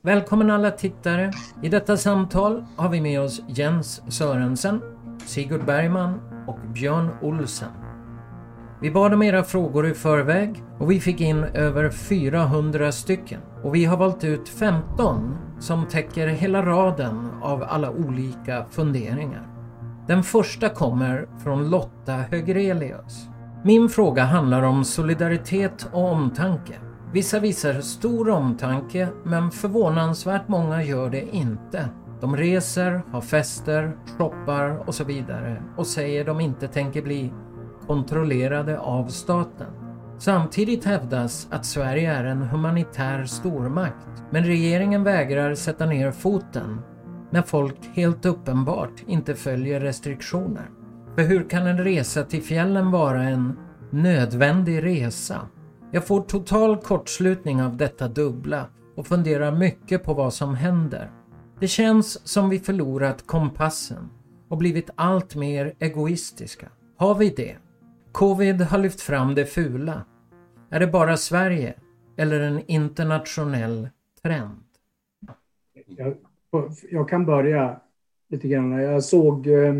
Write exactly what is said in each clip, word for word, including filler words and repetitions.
Välkommen alla tittare. I detta samtal har vi med oss Jens Sörensen, Sigurd Bergman och Björn Olsen. Vi bad om era frågor i förväg och vi fick in över fyrahundra stycken. Och vi har valt ut femton som täcker hela raden av alla olika funderingar. Den första kommer från Lotta Högrelius. Min fråga handlar om solidaritet och omtanke. Vissa visar stor omtanke, men förvånansvärt många gör det inte. De reser, har fester, shoppar och så vidare och säger de inte tänker bli kontrollerade av staten. Samtidigt hävdas att Sverige är en humanitär stormakt, men regeringen vägrar sätta ner foten när folk helt uppenbart inte följer restriktioner. För hur kan en resa till fjällen vara en nödvändig resa? Jag får total kortslutning av detta dubbla och funderar mycket på vad som händer. Det känns som vi förlorat kompassen och blivit allt mer egoistiska. Har vi det? Covid har lyft fram det fula. Är det bara Sverige eller en internationell trend? Jag, jag kan börja lite grann. Jag såg eh,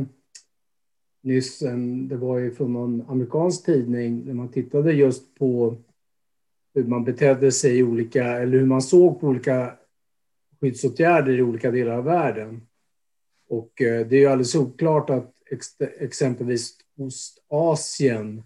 nyss, en, det var ju från någon amerikansk tidning där man tittade just på hur man betedde sig i olika, eller hur man såg på olika skyddsåtgärder i olika delar av världen. Och eh, det är ju alldeles oklart att ex, exempelvis Ostasien,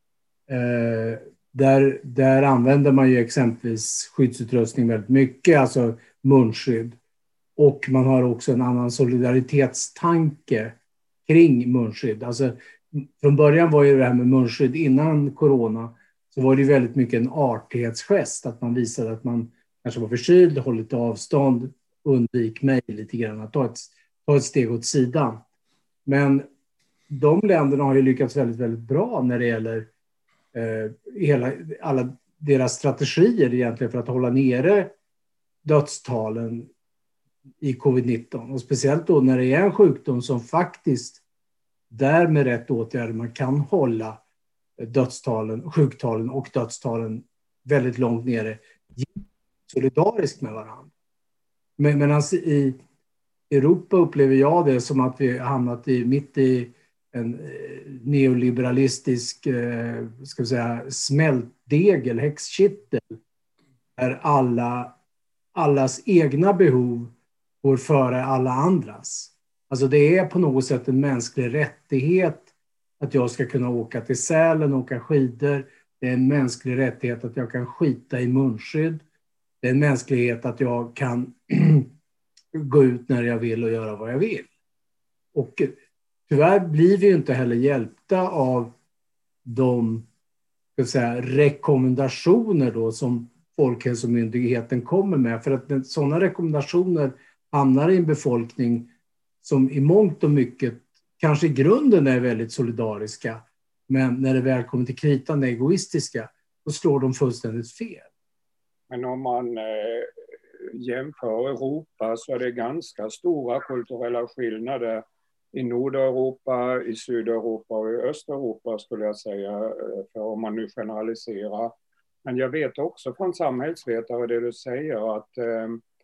eh, där, där använder man ju exempelvis skyddsutrustning väldigt mycket, alltså munskydd. Och man har också en annan solidaritetstanke kring munskydd. Alltså, från början var ju det här med munskydd innan corona, så var det väldigt mycket en artighetsgest. Att man visade att man kanske var förkyld, håll lite avstånd, undvik mig lite grann, att ta ett, ta ett steg åt sidan. Men de länderna har ju lyckats väldigt, väldigt bra när det gäller eh, hela, alla deras strategier egentligen för att hålla nere dödstalen i covid nitton. Och speciellt då när det är en sjukdom som faktiskt där med rätt åtgärder man kan hålla dödstalen, sjuktalen och dödstalen väldigt långt nere solidariskt med varandra. Men medan i Europa upplever jag det som att vi hamnat i, mitt i en neoliberalistisk ska vi säga, smältdegel, häxkittel, där alla, allas egna behov går före alla andras. Alltså det är på något sätt en mänsklig rättighet att jag ska kunna åka till Sälen och åka skidor. Det är en mänsklig rättighet att jag kan skita i munskydd. Det är en mänsklighet att jag kan gå ut när jag vill och göra vad jag vill. Och tyvärr blir vi inte heller hjälpta av de ska säga, rekommendationer då som Folkhälsomyndigheten kommer med. För att sådana rekommendationer hamnar i en befolkning som i mångt och mycket kanske i grunden är väldigt solidariska, men när det väl kommer till kritan är egoistiska, då slår de fullständigt fel. Men om man eh, jämför Europa så är det ganska stora kulturella skillnader i Nordeuropa, i Sydeuropa och i Östeuropa skulle jag säga, för om man nu generaliserar. Men jag vet också från samhällsvetare det du säger att eh,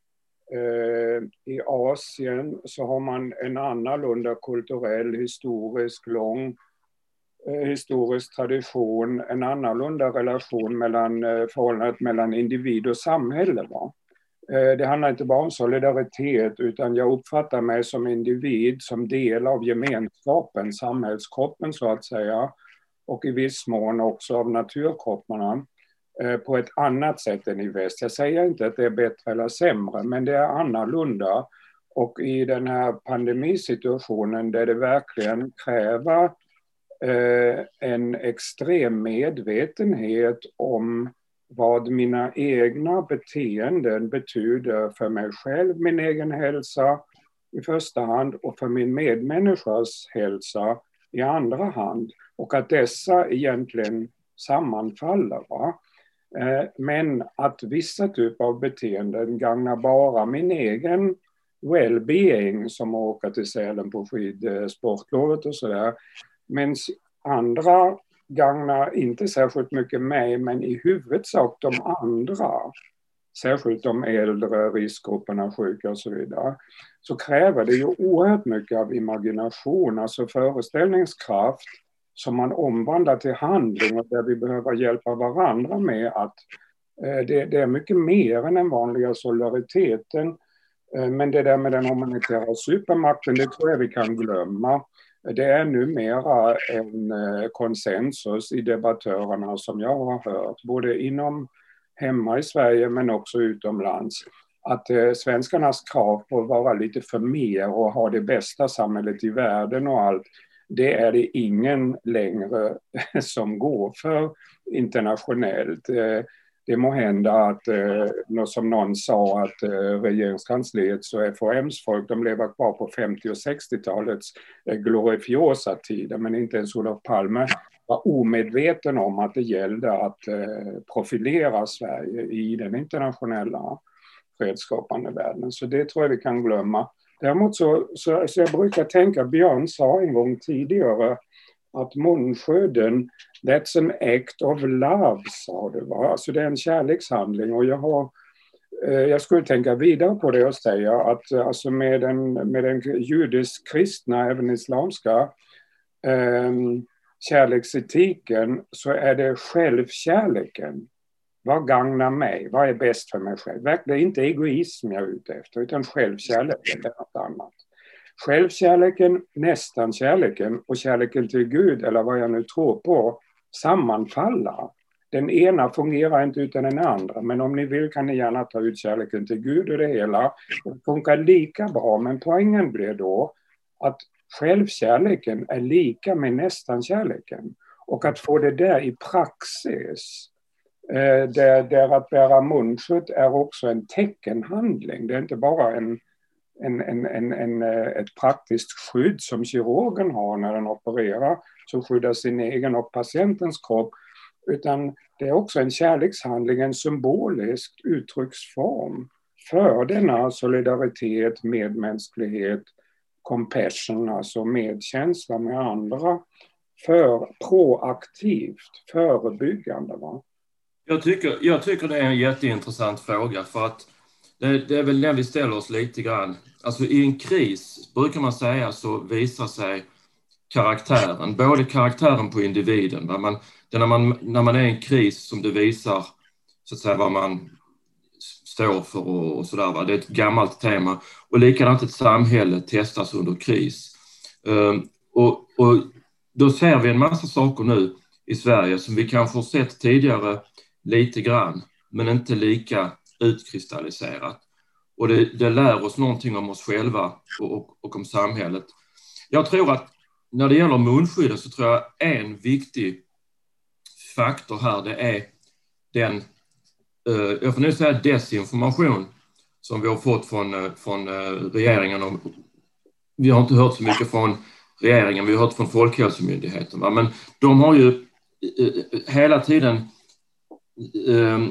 i Asien så har man en annorlunda kulturell, historisk, lång eh, historisk tradition, en annorlunda relation mellan eh, förhållandet mellan individ och samhälle. Va? Eh, det handlar inte bara om solidaritet utan jag uppfattar mig som individ, som del av gemenskapen, samhällskroppen så att säga, och i viss mån också av naturkropparna. På ett annat sätt än i väst. Jag säger inte att det är bättre eller sämre, men det är annorlunda. Och i den här pandemisituationen där det verkligen kräver eh, en extrem medvetenhet om vad mina egna beteenden betyder för mig själv, min egen hälsa i första hand och för min medmänniskas hälsa i andra hand. Och att dessa egentligen sammanfaller, va? Men att vissa typer av beteenden gagnar bara min egen well-being, som att åka till Sälen på skidsportlovet och sådär. Men andra gagnar inte särskilt mycket mig, men i huvudsak de andra. särskilt de äldre, riskgrupperna, sjuka och så vidare, så kräver det ju oerhört mycket av imagination, alltså föreställningskraft som man omvandlar till handling och där vi behöver hjälpa varandra med att eh, det, det är mycket mer än den vanliga solidariteten. Eh, men det där med den humanitära supermakten, det tror jag vi kan glömma. Det är numera en eh, konsensus i debattörerna som jag har hört, både inom hemma i Sverige men också utomlands, att eh, svenskarnas krav på att vara lite för mer och ha det bästa samhället i världen och allt, det är det ingen längre som går för internationellt. Eh, det må hända att, eh, som någon sa, att eh, regeringskansliet och F H M:s folk, de lever kvar på femtio- och sextiotalets eh, glorifiosa tider, men inte ens Olof Palme var omedveten om att det gällde att eh, profilera Sverige i den internationella fredsskapande världen. Så det tror jag vi kan glömma. Däremot så, så, så jag brukar tänka, Björn sa en gång tidigare att munskydden, that's an act of love, sa det, va? Alltså det är en kärlekshandling, och jag har eh, jag skulle tänka vidare på det och säga att alltså med den, med den judisk-kristna, även islamska eh, kärleksetiken, så är det självkärleken. Vad gagnar mig? Vad är bäst för mig själv? Det är inte egoism jag är ute efter, utan självkärleken är något annat. Självkärleken, nästan kärleken och kärleken till Gud, eller vad jag nu tror på, sammanfalla. Den ena fungerar inte utan den andra, men om ni vill kan ni gärna ta ut kärleken till Gud och det hela. Det funkar lika bra, men poängen blir då att självkärleken är lika med nästan kärleken. Och att få det där i praxis, eh, där, där att bära munskydd är också en teckenhandling. Det är inte bara en En, en, en, en, ett praktiskt skydd som kirurgen har när den opererar, som skyddar sin egen och patientens kropp, utan det är också en kärlekshandling, en symbolisk uttrycksform för denna solidaritet, medmänsklighet, compassion, alltså medkänsla med andra, för proaktivt, förebyggande. Va? Jag tycker, jag tycker det är en jätteintressant fråga, för att Det, det är väl när vi ställer oss lite grann. Alltså i en kris, brukar man säga, så visar sig karaktären. Både karaktären på individen. Va? Man, det när, man, när man är i en kris som det visar så att säga vad man står för och, och sådär. Va? Det är ett gammalt tema. Och likadant ett samhälle testas under kris. Um, och, och då ser vi en massa saker nu i Sverige som vi kanske har sett tidigare lite grann. Men inte lika utkristalliserat. Och det, det lär oss någonting om oss själva och, och, och om samhället. Jag tror att när det gäller munskydden så tror jag en viktig faktor här, det är den, eh, jag får nu säga desinformation som vi har fått från, från eh, regeringen. Och vi har inte hört så mycket från regeringen, vi har hört från Folkhälsomyndigheten. Va? Men de har ju eh, hela tiden eh,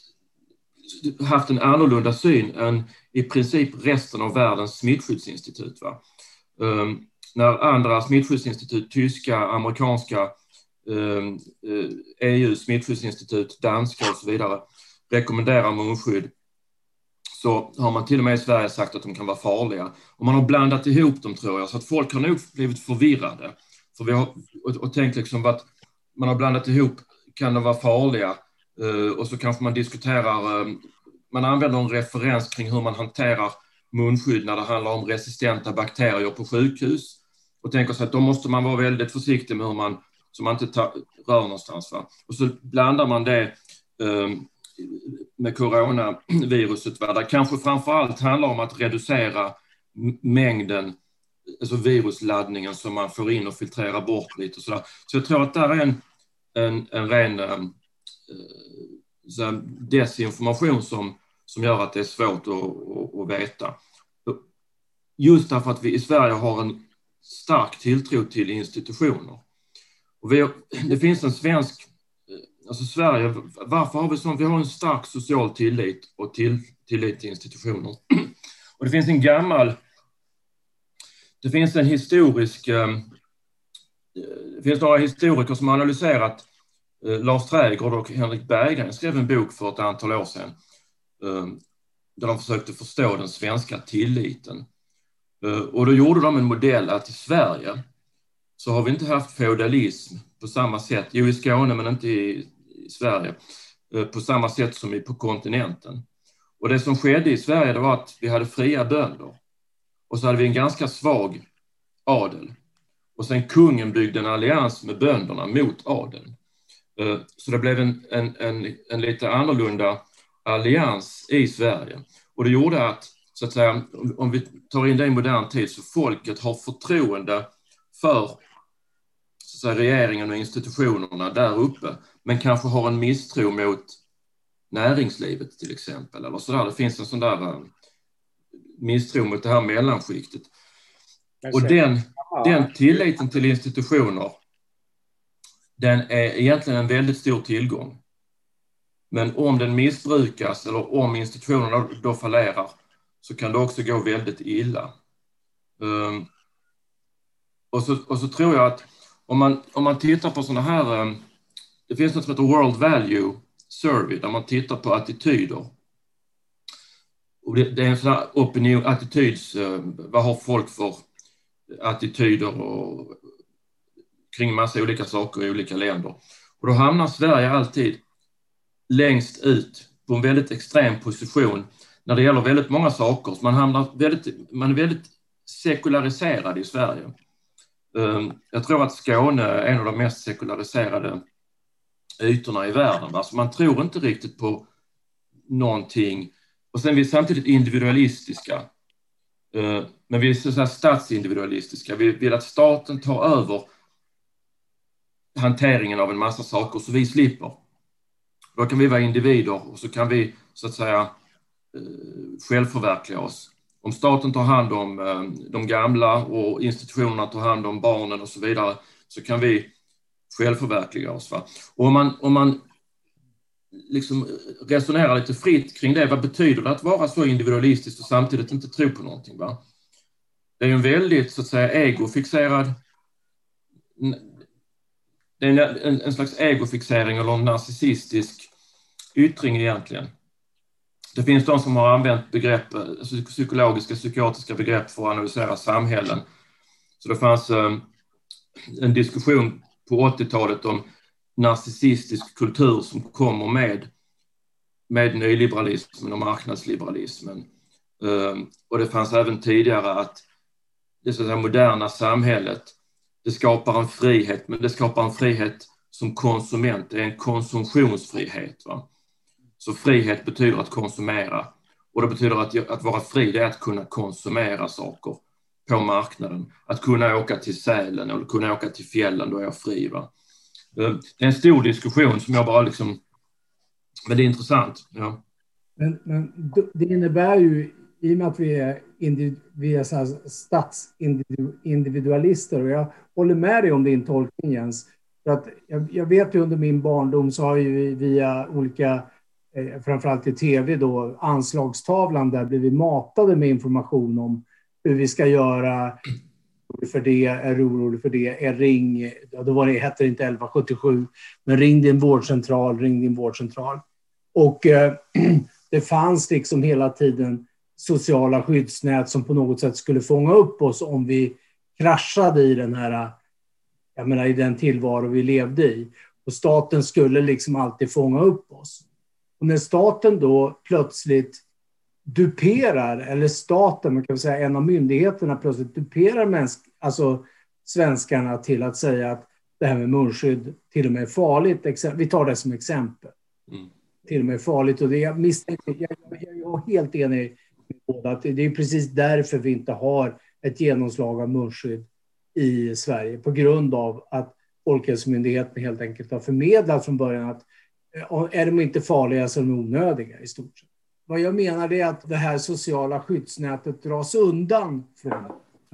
haft en annorlunda syn än i princip resten av världens smittskyddsinstitut. Va? Um, när andra smittskyddsinstitut, tyska, amerikanska, um, uh, E U smittskyddsinstitut, danska och så vidare, rekommenderar munskydd, så har man till och med i Sverige sagt att de kan vara farliga. Och man har blandat ihop dem, tror jag, så att folk har nog blivit förvirrade. För vi har, och, och tänkt liksom att man har blandat ihop, kan de vara farliga? Uh, och så kanske man diskuterar, uh, man använder en referens kring hur man hanterar munskydd när det handlar om resistenta bakterier på sjukhus. Och tänker sig att då måste man vara väldigt försiktig med hur man, så man inte tar, rör någonstans. Va? Och så blandar man det uh, med coronaviruset. Va? Det kanske framförallt handlar om att reducera mängden, alltså virusladdningen som man får in och filtrera bort lite. Och så, där. Så jag tror att där är en, en, en ren um, så desinformation som, som gör att det är svårt att, att, att veta. Just därför att vi i Sverige har en stark tilltro till institutioner. Och vi, det finns en svensk, alltså Sverige, varför har vi sån? Vi har en stark social tillit och till, tillit till institutioner. Och det finns en gammal, det finns en historisk, det finns några historiker som har analyserat, Lars Trädgård och Henrik Berggren skrev en bok för ett antal år sedan där de försökte förstå den svenska tilliten. Och då gjorde de en modell att i Sverige så har vi inte haft feudalism på samma sätt, jo i Skåne men inte i, i Sverige, på samma sätt som i, på kontinenten. Och det som skedde i Sverige det var att vi hade fria bönder och så hade vi en ganska svag adel. Och sen kungen byggde en allians med bönderna mot adeln. Så det blev en, en, en, en lite annorlunda allians i Sverige. Och det gjorde att, så att säga, om vi tar in det i modern tid, så folket har förtroende för så att säga, regeringen och institutionerna där uppe, men kanske har en misstro mot näringslivet till exempel. Eller så där. Det finns en sån där misstro mot det här mellanskiktet. Och den, den tilliten till institutioner, den är egentligen en väldigt stor tillgång. Men om den missbrukas eller om institutionerna då fallerar så kan det också gå väldigt illa. Um, och, så, och så tror jag att om man, om man tittar på sådana här, um, det finns något som heter World Value Survey där man tittar på attityder. Och det, det är en sån här opinion, attityds, uh, vad har folk för attityder och, kring massa olika saker i olika länder. Och då hamnar Sverige alltid längst ut på en väldigt extrem position när det gäller väldigt många saker. Så man, hamnar väldigt, man är väldigt sekulariserad i Sverige. Jag tror att Skåne är en av de mest sekulariserade ytorna i världen. Alltså man tror inte riktigt på någonting. Och sen är vi samtidigt individualistiska. Men vi är så här statsindividualistiska. Vi vill att staten tar över hanteringen av en massa saker så vi slipper. Då kan vi vara individer och så kan vi så att säga självförverkliga oss. Om staten tar hand om de gamla och institutionerna tar hand om barnen och så vidare så kan vi självförverkliga oss. Va? Och om man, om man liksom resonerar lite fritt kring det, vad betyder det att vara så individualistisk och samtidigt inte tro på någonting? Va? Det är ju en väldigt så att säga egofixerad, det är en, en, en slags egofixering eller en narcissistisk yttring egentligen. Det finns de som har använt begrepp, alltså psykologiska, psykiatriska begrepp för att analysera samhällen. Så det fanns um, en diskussion på åttiotalet om narcissistisk kultur som kommer med, med nyliberalismen och marknadsliberalismen. Um, och det fanns även tidigare att det så att säga, moderna samhället, det skapar en frihet, men det skapar en frihet som konsument. Det är en konsumtionsfrihet. Va? Så frihet betyder att konsumera. Och det betyder att, att vara fri, det är att kunna konsumera saker på marknaden. Att kunna åka till Sälen eller kunna åka till fjällen, då är jag fri. Va? Det är en stor diskussion som jag bara liksom... Men det är intressant. Ja. Men, men det innebär ju, i och med att vi är, individ, vi är så här statsindividualister, och jag håller med dig om din tolkning, Jens. För att jag, jag vet ju under min barndom så har ju via olika, eh, framförallt i tv då, anslagstavlan där blir vi matade med information om hur vi ska göra. För det, är orolig för det, är ring, ja, då var det, hette det inte elva sjuttiosju, men ring din vårdcentral, ring din vårdcentral. Och eh, det fanns liksom hela tiden sociala skyddsnät som på något sätt skulle fånga upp oss om vi kraschade i den här, jag menar, i den tillvaro vi levde i. Och staten skulle liksom alltid fånga upp oss. Och när staten då plötsligt duperar, eller staten, man kan säga en av myndigheterna plötsligt duperar mäns- alltså svenskarna till att säga att det här med munskydd till och med är farligt. Vi tar det som exempel. Mm. Till och med är farligt. Och det jag misstänker, jag, jag, jag är helt enig med båda att det är precis därför vi inte har ett genomslag av munskydd i Sverige. På grund av att Folkhälsomyndigheten helt enkelt har förmedlat från början att är de inte farliga så är de onödiga i stort sett. Vad jag menar är att det här sociala skyddsnätet dras undan från.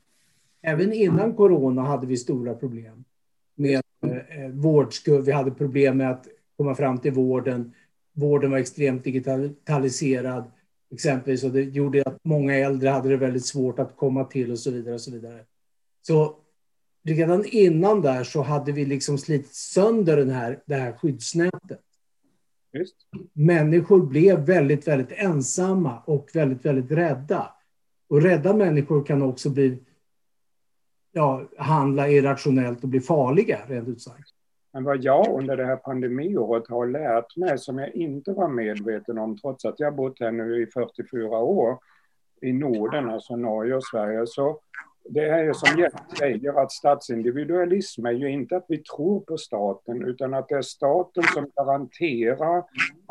Även innan corona hade vi stora problem med eh, vårdskuld. Vi hade problem med att komma fram till vården. Vården var extremt digitaliserad exempelvis, och det gjorde att många äldre hade det väldigt svårt att komma till och så vidare och så vidare. Så redan innan där så hade vi liksom slitit sönder den här, det här skyddsnätet. Just. Människor blev väldigt, väldigt ensamma och väldigt, väldigt rädda. Och rädda människor kan också bli, ja, handla irrationellt och bli farliga, rent ut sagt. Men vad jag under det här pandemiåret har lärt mig som jag inte var medveten om, trots att jag bott här nu i fyrtiofyra år i Norden, alltså Norge och Sverige, så det är ju som jag säger att statsindividualism är ju inte att vi tror på staten, utan att det är staten som garanterar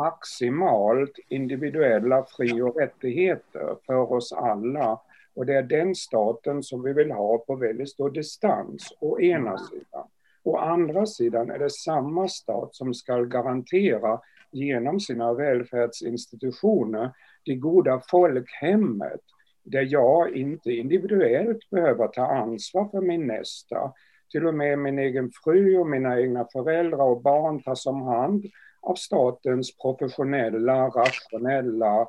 maximalt individuella fri- och rättigheter för oss alla. Och det är den staten som vi vill ha på väldigt stor distans, å ena sidan. Å andra sidan är det samma stat som ska garantera genom sina välfärdsinstitutioner det goda folkhemmet, där jag inte individuellt behöver ta ansvar för min nästa. Till och med min egen fru och mina egna föräldrar och barn tas om hand av statens professionella, rationella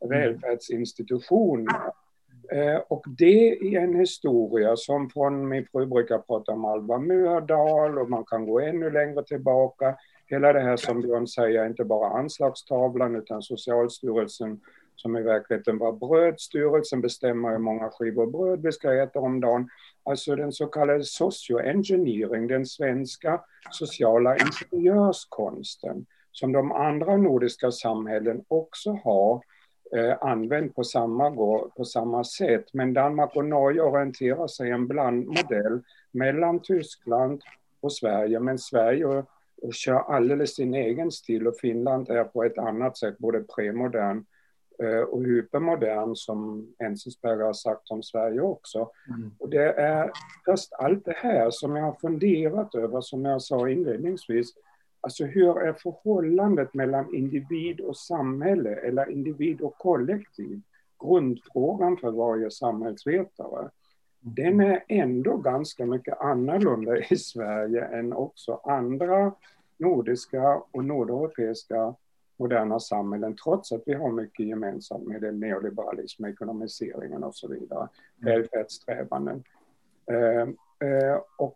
välfärdsinstitutioner. Eh, och det är en historia som från min fru brukar prata om Alva Myrdal, och man kan gå ännu längre tillbaka. Hela det här som Björn säger, inte bara anslagstavlan utan Socialstyrelsen, som i verkligheten var brödstyrelsen, bestämmer hur många skivor bröd vi ska äta om dagen. Alltså den så kallade socioengineering, den svenska sociala ingenjörskonsten, som de andra nordiska samhällen också har eh, använt på samma, på samma sätt. Men Danmark och Norge orienterar sig en blandmodell mellan Tyskland och Sverige, men Sverige och, och kör alldeles sin egen stil, och Finland är på ett annat sätt både premodern och hypermodern, som Enzensberger har sagt om Sverige också. Mm. Och det är just allt det här som jag har funderat över, som jag sa inledningsvis. Alltså hur är förhållandet mellan individ och samhälle, eller individ och kollektiv? Grundfrågan för varje samhällsvetare. Den är ändå ganska mycket annorlunda i Sverige än också andra nordiska och nordeuropeiska moderna samhällen, trots att vi har mycket gemensamt med den neoliberalism, ekonomiseringen och så vidare, mm. välfärdssträvanden. Eh, eh, och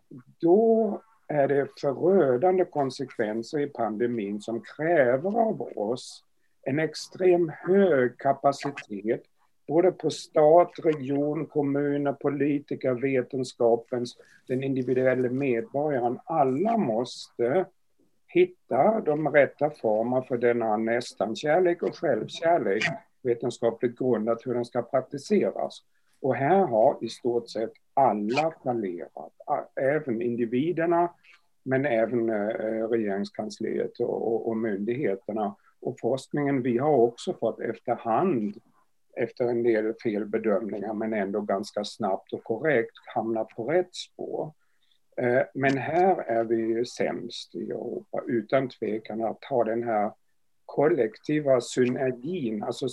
då är det förödande konsekvenser i pandemin som kräver av oss en extrem hög kapacitet, både på stat, region, kommuner, politiker, vetenskapens, den individuella medborgaren. Alla måste hitta de rätta former för denna nästan kärlek och självkärlek, vetenskapligt grundat hur den ska praktiseras. Och här har i stort sett alla fallerat, även individerna, men även eh, regeringskansliet och, och, och myndigheterna. Och forskningen, vi har också fått efterhand, efter en del felbedömningar, men ändå ganska snabbt och korrekt hamnat på rätt spår. Men här är vi sämst i Europa, utan tvekan, att ha den här kollektiva synergin, alltså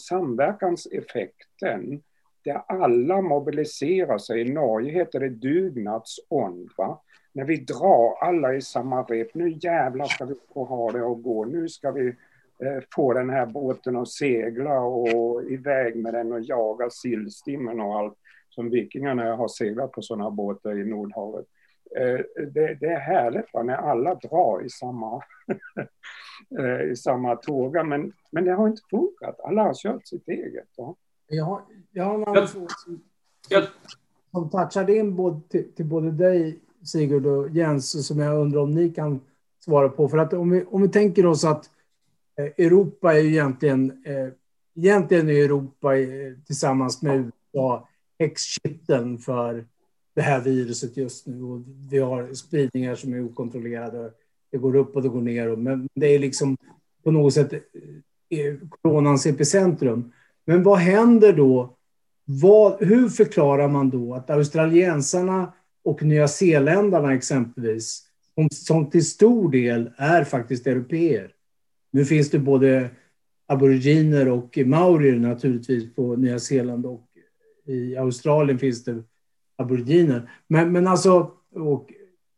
samverkanseffekten, där alla mobiliserar sig. I Norge heter det dugnadsånd, va? När vi drar alla i samma rep, nu jävlar ska vi få ha det och gå, nu ska vi eh, få den här båten att segla och iväg med den och jaga sillstimmen och allt som vikingarna har seglat på sådana båtar i Nordhavet. Det, det är härligt, va, när alla drar i samma, i samma tåga, men, men det har inte funkat. Alla har kört sitt eget. Va? Jag har, jag har en annan fråga som, som touchar in både, till, till både dig, Sigurd, och Jens, som jag undrar om ni kan svara på. För att om vi, om vi tänker oss att eh, Europa är ju egentligen, eh, egentligen är Europa eh, tillsammans med U S A häxkitteln för det här viruset just nu, och vi har spridningar som är okontrollerade. Det går upp och det går ner, men det är liksom på något sätt coronans epicentrum. Men vad händer då? Vad, hur förklarar man då att australiensarna och nyzeeländarna exempelvis, som till stor del är faktiskt europeer. Nu finns det både aboriginer och maorier naturligtvis på Nya Zeeland, och i Australien finns det aboriginer. Men, men alltså, och,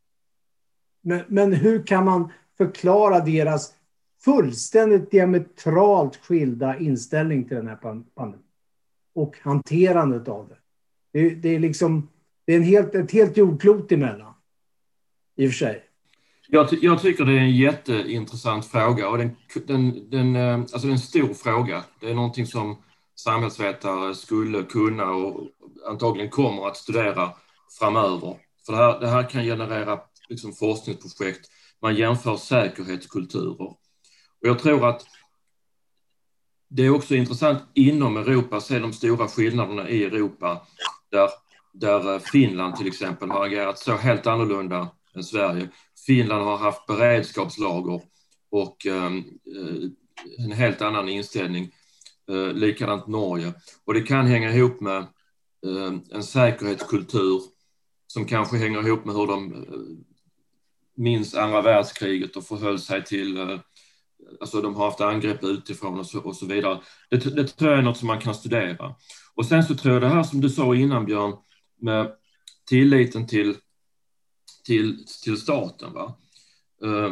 men, men hur kan man förklara deras fullständigt diametralt skilda inställning till den här pandemin och hanterandet av det? Det, det är liksom, det är en helt, ett helt jordklot emellan, i och för sig. Jag, ty- jag tycker det är en jätteintressant fråga och den, den, den, eh, alltså det är en stor fråga. Det är någonting som samhällsvetare skulle kunna och antagligen kommer att studera framöver. För det här, det här kan generera liksom forskningsprojekt. Man jämför säkerhetskulturer. Och jag tror att det är också intressant inom Europa att se de stora skillnaderna i Europa där, där Finland till exempel har agerat så helt annorlunda än Sverige. Finland har haft beredskapslager och eh, en helt annan inställning. Eh, likadant Norge. Och det kan hänga ihop med eh, en säkerhetskultur som kanske hänger ihop med hur de eh, minns andra världskriget och förhöll sig till, eh, alltså de har haft angrepp utifrån och så, och så vidare. Det, det tror jag är något som man kan studera. Och sen så tror jag det här som du sa innan, Björn, med tilliten till, till, till staten, va? Eh,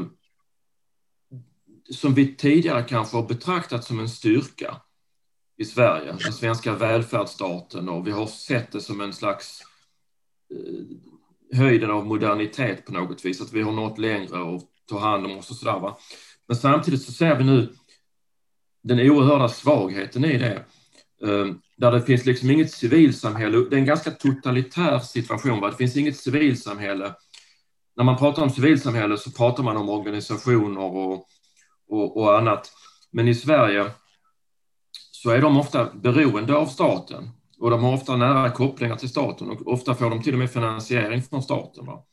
som vi tidigare kanske har betraktat som en styrka i Sverige, den svenska välfärdsstaten, och vi har sett det som en slags eh, höjden av modernitet på något vis, att vi har nått längre och tar hand om oss och sådär, va. Men samtidigt så ser vi nu den oerhörda svagheten i det, eh, där det finns liksom inget civilsamhälle. Det är en ganska totalitär situation, va. Det finns inget civilsamhälle. När man pratar om civilsamhälle så pratar man om organisationer och, och, och annat. Men i Sverige så är de ofta beroende av staten och de har ofta nära kopplingar till staten och ofta får de till och med finansiering från staten, va?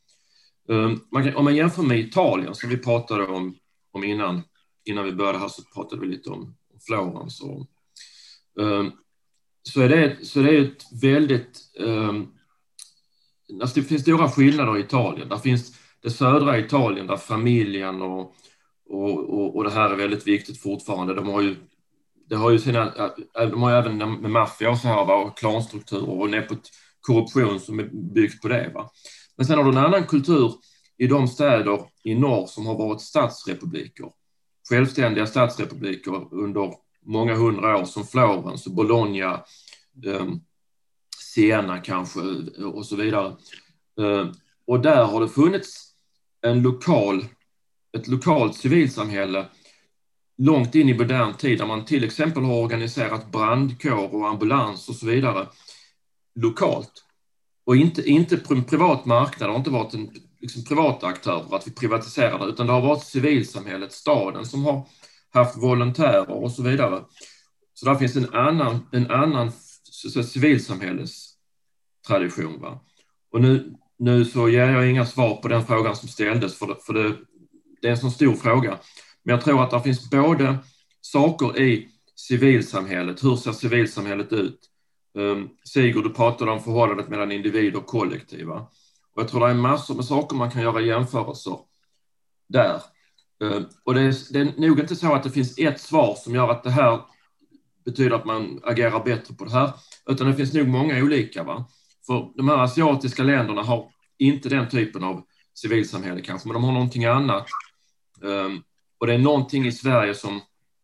Man kan, om man jämför med Italien som vi pratade om, om innan, innan vi började här, så pratade vi lite om Florens och, um, så är det, så det är ett väldigt um, alltså det finns stora skillnader i Italien. Där finns det södra Italien där familjen och, och, och, och det här är väldigt viktigt fortfarande. De har ju Det har ju sina, de har ju även med maffia och så här, va, och klanstrukturer och nepot korruption som är byggt på det, va. Men sen har du en annan kultur i de städer i norr som har varit statsrepubliker, självständiga statsrepubliker under många hundra år, som Florens, Bologna, eh, Siena kanske och så vidare. Eh, och där har det funnits en lokal, ett lokalt civilsamhälle långt in i modern tid, där man till exempel har organiserat brandkår och ambulans och så vidare lokalt. Och inte, inte på en privat marknad, det har inte varit en liksom, privat aktör att vi privatiserar det, utan det har varit civilsamhället, staden som har haft volontärer och så vidare. Så där finns en annan, en annan så, civilsamhällestradition, va. Och nu, nu så ger jag inga svar på den frågan som ställdes, för det, för det, det är en så stor fråga. Men jag tror att det finns både saker i civilsamhället. Hur ser civilsamhället ut? Um, Sigurd, du pratade om förhållandet mellan individ och kollektiva. Och jag tror det är massor med saker man kan göra jämförelser där. Um, och det är, det är nog inte så att det finns ett svar som gör att det här betyder att man agerar bättre på det här. Utan det finns nog många olika, va? För de här asiatiska länderna har inte den typen av civilsamhälle kanske, men de har någonting annat. Um, Och det är någonting i Sverige som,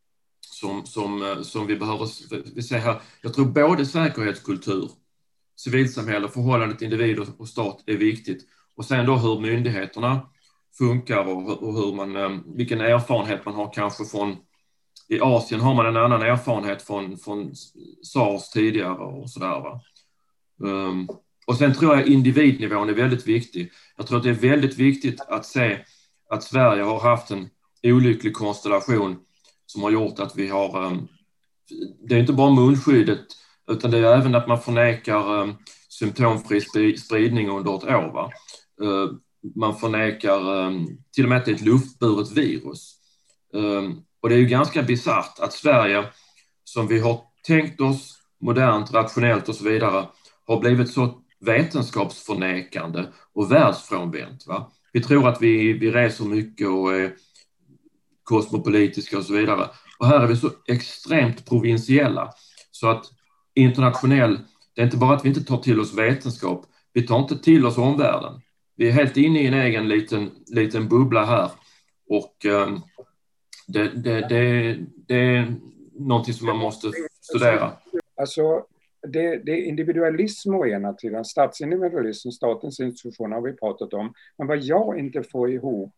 som, som, som vi behöver vi säger här. Jag tror både säkerhetskultur, civilsamhälle, förhållandet individ och stat är viktigt. Och sen då hur myndigheterna funkar och, och hur man, vilken erfarenhet man har kanske från, i Asien har man en annan erfarenhet från, från SARS tidigare och sådär, va. Um, och sen tror jag individnivån är väldigt viktig. Jag tror att det är väldigt viktigt att se att Sverige har haft en olycklig konstellation som har gjort att vi har, um, det är inte bara munskyddet utan det är även att man förnekar um, symptomfri spridning under ett år, va? Uh, man förnekar um, till och med att det är ett luftburet virus. Um, och det är ju ganska bizarrt att Sverige, som vi har tänkt oss modernt, rationellt och så vidare, har blivit så vetenskapsförnekande och världsfrånvänt, va? Vi tror att vi, vi reser mycket och är kosmopolitiska och så vidare. Och här är vi så extremt provinsiella. Så att internationell, det är inte bara att vi inte tar till oss vetenskap, vi tar inte till oss omvärlden. Vi är helt inne i en egen liten, liten bubbla här. Och um, det, det, det, det är någonting som man måste studera. Alltså, det, det är individualism å ena sidan, statsindividualism, statens institutioner har vi pratat om. Men vad jag inte får ihop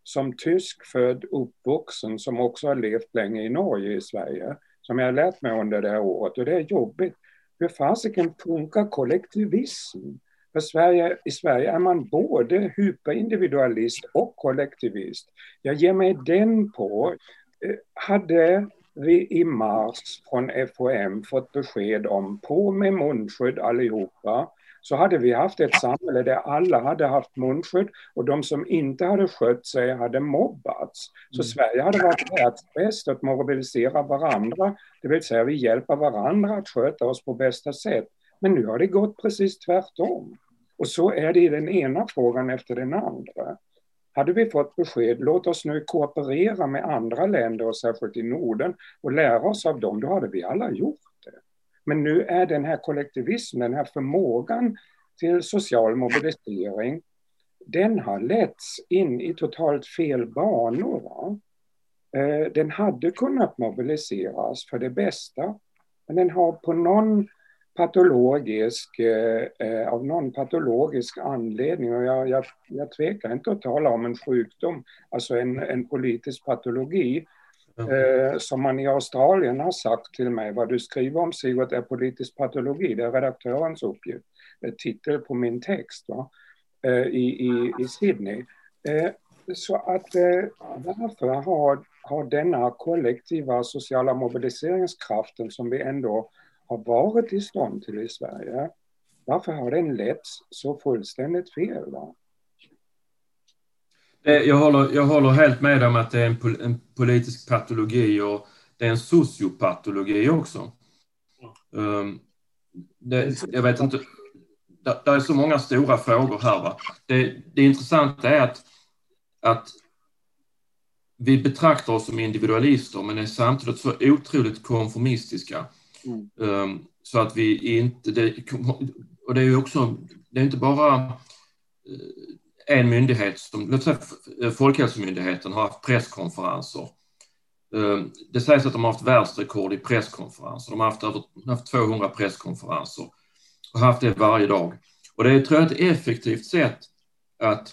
som tyskfödd uppvuxen som också har levt länge i Norge i Sverige, som jag har lärt mig under det här året, och det är jobbigt. Hur fasiken funkar kollektivism? För Sverige, i Sverige är man både hyperindividualist och kollektivist. Jag ger mig den på. Hade vi i mars från F H M fått besked om på med munskydd allihopa, så hade vi haft ett samhälle där alla hade haft munskydd och de som inte hade skött sig hade mobbats. Så mm. Sverige hade varit världsbäst att mobilisera varandra, det vill säga vi hjälper varandra att sköta oss på bästa sätt. Men nu har det gått precis tvärtom. Och så är det i den ena frågan efter den andra. Hade vi fått besked, låt oss nu kooperera med andra länder och särskilt i Norden och lära oss av dem, då hade vi alla gjort det. Men nu är den här kollektivismen, den här förmågan till social mobilisering, den har letts in i totalt fel banor. Va? Den hade kunnat mobiliseras för det bästa, men den har på någon patologisk, eh, av någon patologisk anledning, och jag, jag, jag tvekar inte att tala om en sjukdom, alltså en, en politisk patologi, eh, som man i Australien har sagt till mig, vad du skriver om Sigurd är politisk patologi, det är redaktörens uppgift, titel på min text va? Eh, i, i, i Sydney. Eh, så att eh, därför har, har denna kollektiva sociala mobiliseringskraften som vi ändå har varit i stånd till i Sverige, varför har den letts så fullständigt fel? Va? Jag håller, jag håller helt med om att det är en, pol, en politisk patologi och det är en sociopatologi också. Um, det, jag vet inte, det, det är så många stora frågor här. Va? Det, det intressanta är att, att vi betraktar oss som individualister men är samtidigt så otroligt konformistiska. Mm. Um, så att vi inte, det, och det är ju också, det är inte bara en myndighet som, låt säga Folkhälsomyndigheten har haft presskonferenser. Um, det sägs att de har haft världsrekord i presskonferenser. De har haft över haft tvåhundra presskonferenser och haft det varje dag. Och det är, tror jag, ett effektivt sätt att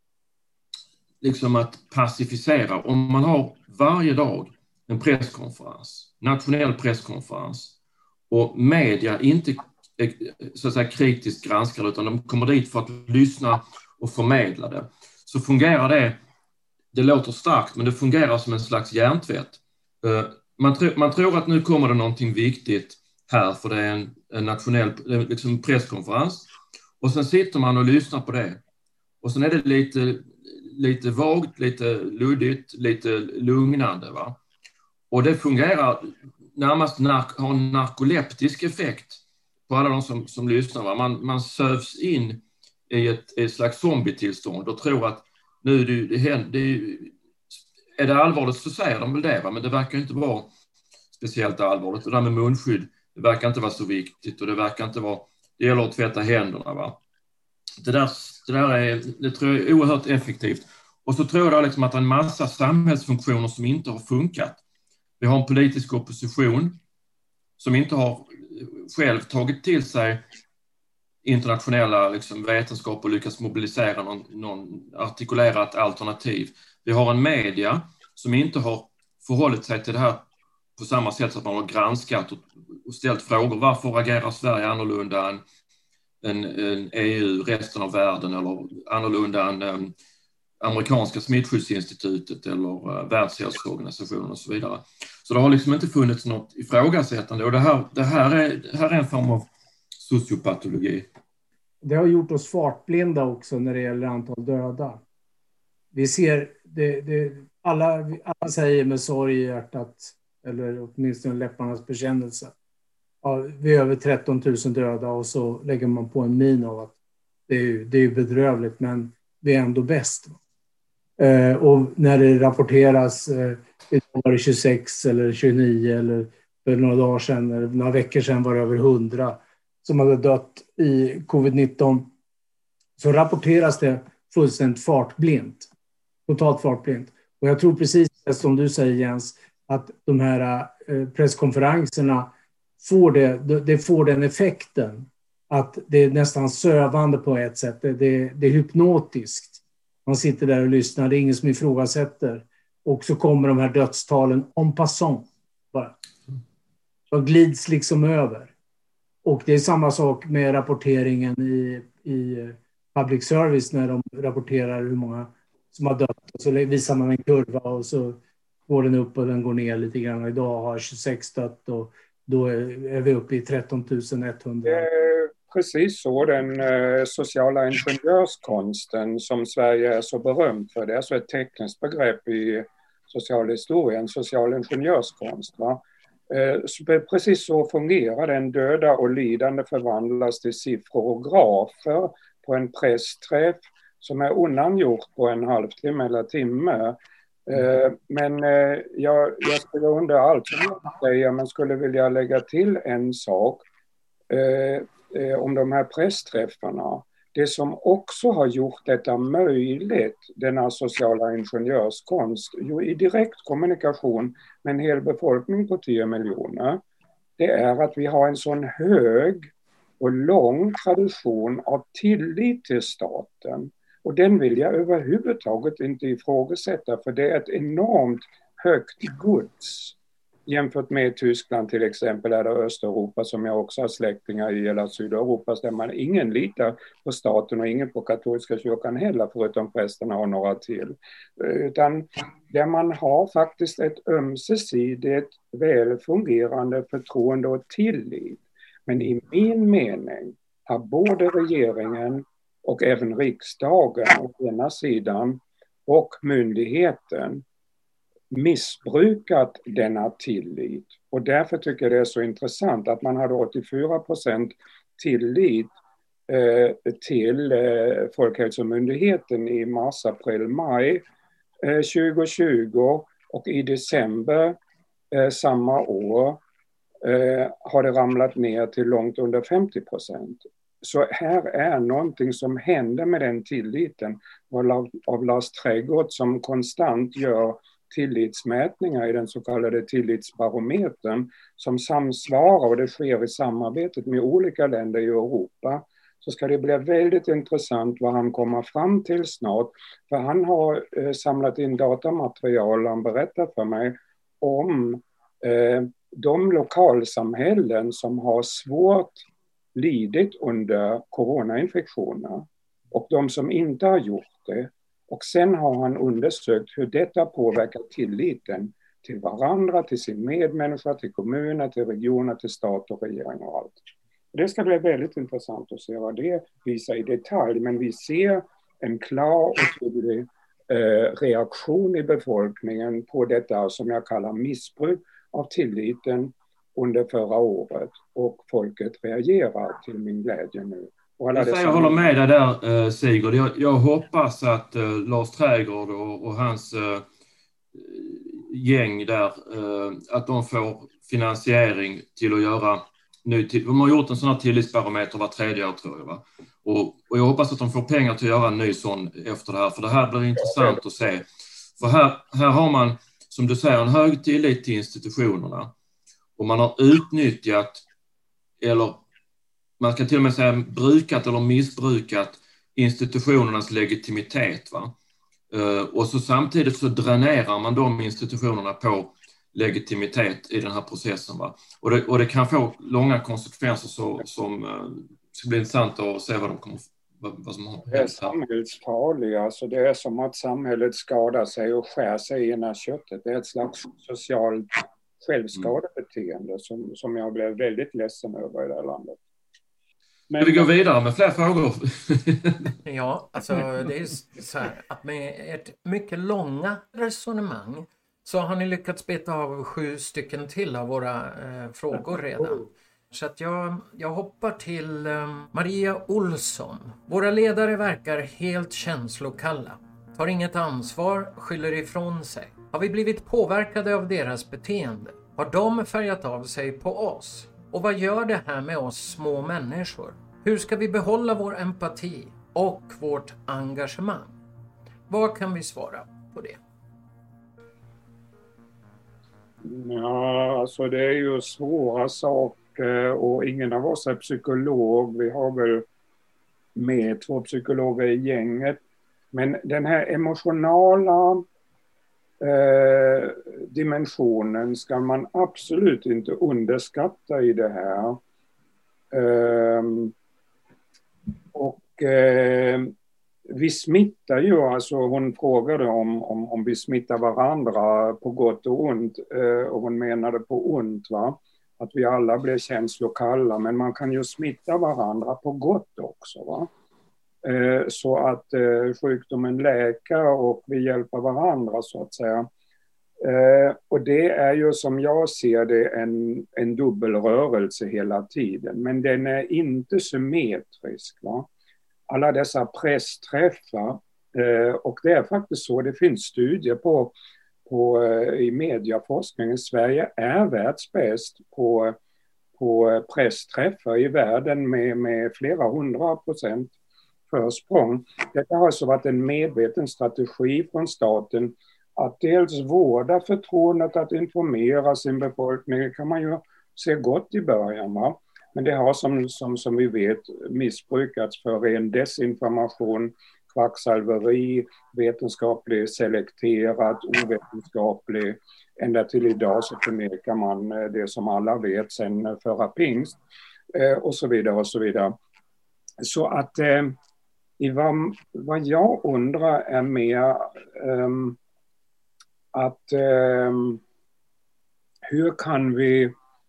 liksom att pacificera. Om man har varje dag en presskonferens, nationell presskonferens, och media inte så att säga kritiskt granskar utan de kommer dit för att lyssna och förmedla det, så fungerar det, det låter starkt men det fungerar som en slags hjärntvätt. Man, tro, man tror att nu kommer det någonting viktigt här för det är en, en nationell liksom presskonferens, och sen sitter man och lyssnar på det och sen är det lite, lite vagt, lite luddigt, lite lugnande va. Och det fungerar närmast nark- har en narkoleptisk effekt på alla de som, som lyssnar. Va? Man, man sövs in i ett, ett slags zombietillstånd och tror att nu det, det händer, det, är det allvarligt så säger de väl det, va? Men det verkar inte vara speciellt allvarligt. Och det där med munskydd, det verkar inte vara så viktigt och det verkar inte vara, det gäller att tvätta händerna. Va? Det, där, det där är, det tror jag är oerhört effektivt. Och så tror jag liksom att det är en massa samhällsfunktioner som inte har funkat. Vi har en politisk opposition som inte har själv tagit till sig internationella liksom, vetenskap och lyckats mobilisera någon, någon artikulerat alternativ. Vi har en media som inte har förhållit sig till det här på samma sätt som att man har granskat och, och ställt frågor. Varför agerar Sverige annorlunda än, än, än E U, resten av världen, eller annorlunda än um, amerikanska smittskyddsinstitutet eller uh, världshälsoorganisationen och så vidare. Så det har liksom inte funnits något ifrågasättande och det här, det här, är, det här är en form av sociopatologi. Det har gjort oss fartblinda också när det gäller antal döda. Vi ser, det, det, alla, alla säger med sorg i hjärtat, eller åtminstone läpparnas bekännelse. Ja, vi är över tretton tusen döda och så lägger man på en min av att det är, det är bedrövligt men vi är ändå bäst. Eh, och när det rapporteras eh, var det tjugosex eller tjugonio eller för några dagar sedan eller några veckor sedan var det över hundra som hade dött i covid nitton, så rapporteras det fullständigt fartblint. Totalt fartblint. Och jag tror precis som du säger Jens, att de här eh, presskonferenserna får, det, det får den effekten att det är nästan sövande på ett sätt. Det, det, det är hypnotiskt. Man sitter där och lyssnar, det är ingen som ifrågasätter. Och så kommer de här dödstalen en passant bara. De glids liksom över. Och det är samma sak med rapporteringen i, i public service när de rapporterar hur många som har dött. Och så visar man en kurva och så går den upp och den går ner lite grann. Och idag har tjugosex dött och då är vi uppe i tretton tusen etthundra. Det är precis så, den eh, sociala ingenjörskonsten som Sverige är så berömt för. Det är alltså ett tekniskt begrepp i socialhistorien, social ingenjörskonst. Va? Eh, så precis så fungerar den. Döda och lidande förvandlas till siffror och grafer på en pressträff som är undangjort på en halvtimme eller timme. Eh, men eh, jag, jag skulle under allt som jag säger, men skulle vilja lägga till en sak eh, eh, om de här pressträffarna. Det som också har gjort detta möjligt, denna sociala ingenjörskonst, jo, i direkt kommunikation med en hel befolkning på tio miljoner, det är att vi har en sån hög och lång tradition av tillit till staten. Och den vill jag överhuvudtaget inte ifrågasätta, för det är ett enormt högt gods jämfört med Tyskland till exempel, eller Östeuropa som jag också har släktingar i, eller Sydeuropa där man ingen litar på staten och ingen på katolska kyrkan heller, förutom prästerna och några till. Utan där man har faktiskt ett ömsesidigt väl fungerande förtroende och tillit. Men i min mening har både regeringen och även riksdagen å ena sidan och myndigheten missbrukat denna tillit. Och därför tycker jag det är så intressant att man hade åttiofyra procent tillit eh, till eh, Folkhälsomyndigheten i mars, april, maj eh, tjugohundratjugo, och i december eh, samma år eh, har det ramlat ner till långt under femtio procent. Så här är någonting som händer med den tilliten av Lars Trädgård som konstant gör tillitsmätningar i den så kallade tillitsbarometern som samsvarar, och det sker i samarbetet med olika länder i Europa. Så ska det bli väldigt intressant vad han kommer fram till snart, för han har eh, samlat in datamaterial, han berättar för mig om eh, de lokalsamhällen som har svårt lidit under coronainfektioner och de som inte har gjort det. Och sen har han undersökt hur detta påverkar tilliten till varandra, till sin medmänniska, till kommuner, till regioner, till stat och regering och allt. Det ska bli väldigt intressant att se vad det visar i detalj, men vi ser en klar och tydlig eh, reaktion i befolkningen på detta som jag kallar missbruk av tilliten under förra året, och folket reagerar till min glädje nu. Jag, jag håller med dig där, Sigurd. Jag, jag hoppas att uh, Lars Trädgård och, och hans uh, gäng där, uh, att de får finansiering till att göra ny till, de har gjort en sån här tillitsbarometer var tredje år, tror jag. Va? Och, och jag hoppas att de får pengar till att göra en ny sån efter det här, för det här blir intressant att se. För här, här har man, som du säger, en hög tillit till institutionerna, och man har utnyttjat, eller man kan till och med säga brukat eller missbrukat institutionernas legitimitet. Va? Uh, och så samtidigt så dränerar man de institutionerna på legitimitet i den här processen. Va? Och, det, och det kan få långa konsekvenser så, som uh, ska bli intressant att se vad, de kommer, vad, vad som har hänt. Det är samhällsfarligt. Alltså det är som att samhället skadar sig och skär sig i ena köttet. Det är ett slags socialt självskadebeteende som, som jag blev väldigt ledsen över i det här landet. Men vi går vidare med fler frågor. Ja, alltså det är så här att med ett mycket långa resonemang så har ni lyckats beta av sju stycken till av våra eh, frågor redan. Så att jag, jag hoppar till eh, Maria Olsson. Våra ledare verkar helt känslokalla. Tar inget ansvar, skyller ifrån sig. Har vi blivit påverkade av deras beteende? Har de färgat av sig på oss? Och vad gör det här med oss små människor? Hur ska vi behålla vår empati och vårt engagemang? Vad kan vi svara på det? Ja, alltså det är ju svåra saker och ingen av oss är psykolog. Vi har väl med två psykologer i gänget. Men den här emotionala eh, dimensionen ska man absolut inte underskatta i det här. Eh, och eh, vi smittar ju, alltså hon frågade om, om, om vi smittar varandra på gott och ont, eh, och hon menade på ont, va? Att vi alla blir känslokalla, men man kan ju smitta varandra på gott också, va? Eh, så att eh, sjukdomen läker och vi hjälper varandra, så att säga. Eh, och det är ju, som jag ser det, en, en dubbelrörelse hela tiden, men den är inte symmetrisk, va? Alla dessa pressträffar, eh, och det är faktiskt så, det finns studier på, på eh, i mediaforskningen. Sverige är världsbäst på, på pressträffar i världen med, med flera hundra procent försprång. Detta har alltså varit en medveten strategi från staten att dels vårda förtroendet att informera sin befolkning. Det kan man ju se gott i början, va? Men det har som, som, som vi vet missbrukats för ren desinformation, kvacksalveri, vetenskaplig selekterat, ovetenskaplig. Ända till idag så förnekar man det som alla vet sedan förra pingst, eh, och så vidare och så vidare. Så att eh, i vad, vad jag undrar är mer eh, att eh, hur kan vi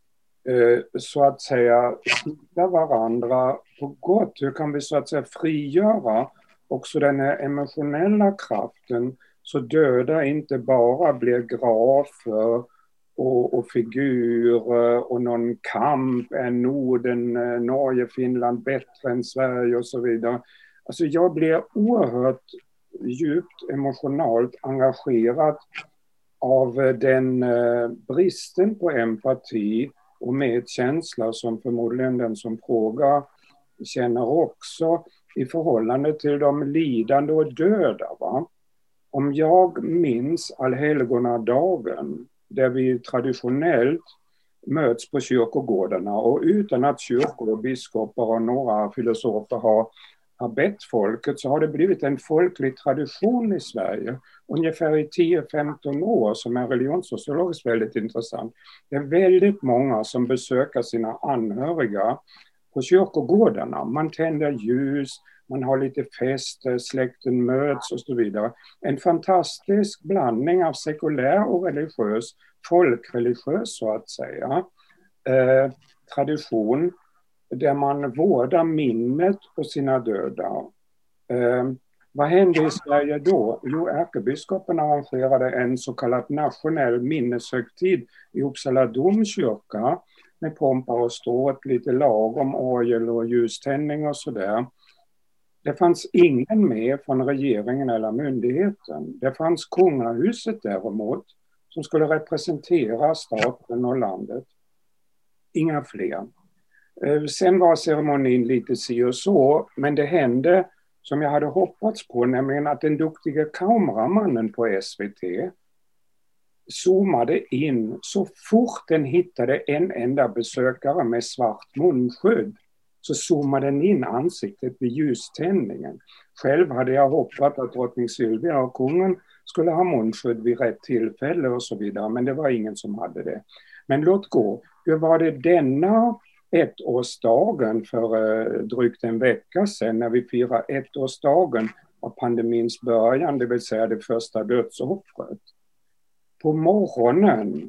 så att säga hitta varandra på gott? Hur kan vi så att säga frigöra också den här emotionella kraften, så döda inte bara blir grafer och, och figurer och någon kamp, är Norden, Norge, Finland bättre än Sverige och så vidare. Alltså jag blir oerhört djupt emotionellt engagerad av den bristen på empati och medkänsla som förmodligen den som frågar känner också i förhållande till de lidande och döda, va? Om jag minns allhelgonadagen, där vi traditionellt möts på kyrkogårdarna, och utan att kyrkor och biskopar och några filosofer har, har bett folket, så har det blivit en folklig tradition i Sverige ungefär i tio till femton år, som är religionssociologiskt väldigt intressant. Det är väldigt många som besöker sina anhöriga på kyrkogårdarna. Man tänder ljus, man har lite fester, släkten möts och så vidare. En fantastisk blandning av sekulär och religiös, folkreligiös så att säga, eh, tradition där man vårdar minnet på sina döda. Eh, vad hände i Sverige då? Jo, ärkebiskopen arrangerade en så kallad nationell minneshögtid i Uppsala domkyrka med pompa och ståt, lite lagom orgel och ljuständning och sådär. Det fanns ingen med från regeringen eller myndigheten. Det fanns kungahuset däremot, som skulle representera staten och landet. Inga fler. Sen var ceremonin lite si och så, men det hände som jag hade hoppats på, nämligen att den duktiga kameramannen på S V T zoomade in så fort den hittade en enda besökare med svart munskydd, så zoomade den in ansiktet vid ljuständningen. Själv hade jag hoppats att drottning Silvia och kungen skulle ha munskydd vid rätt tillfälle och så vidare, men det var ingen som hade det. Men låt gå, hur var det denna ettårsdagen för eh, drygt en vecka sedan, när vi firar ettårsdagen av pandemins början, det vill säga det första dödsoffret? På morgonen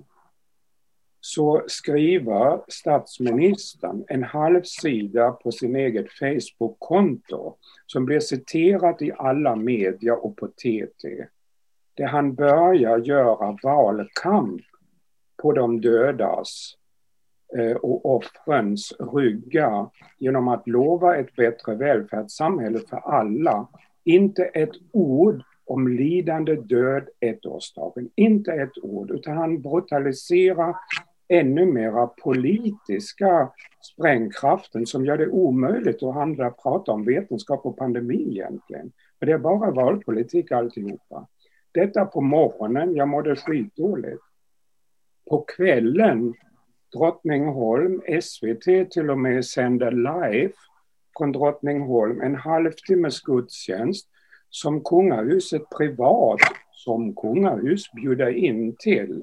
så skriver statsministern en halv sida på sin eget Facebook-konto som blir citerat i alla media och på T T. Där han börjar göra valkamp på de dödas och offrens ryggar genom att lova ett bättre välfärdssamhälle för alla. Inte ett ord om lidande död ettårsdagen. Inte ett ord, utan han brutaliserar ännu mera politiska sprängkraften som gör det omöjligt att handla, prata om vetenskap och pandemi egentligen. För det är bara valpolitik alltihopa. Detta på morgonen, jag mådde skitdåligt. På kvällen, Drottningholm, S V T till och med sänder live från Drottningholm en halvtimmes gudstjänst som kungahuset privat, som kungahus bjuder in till.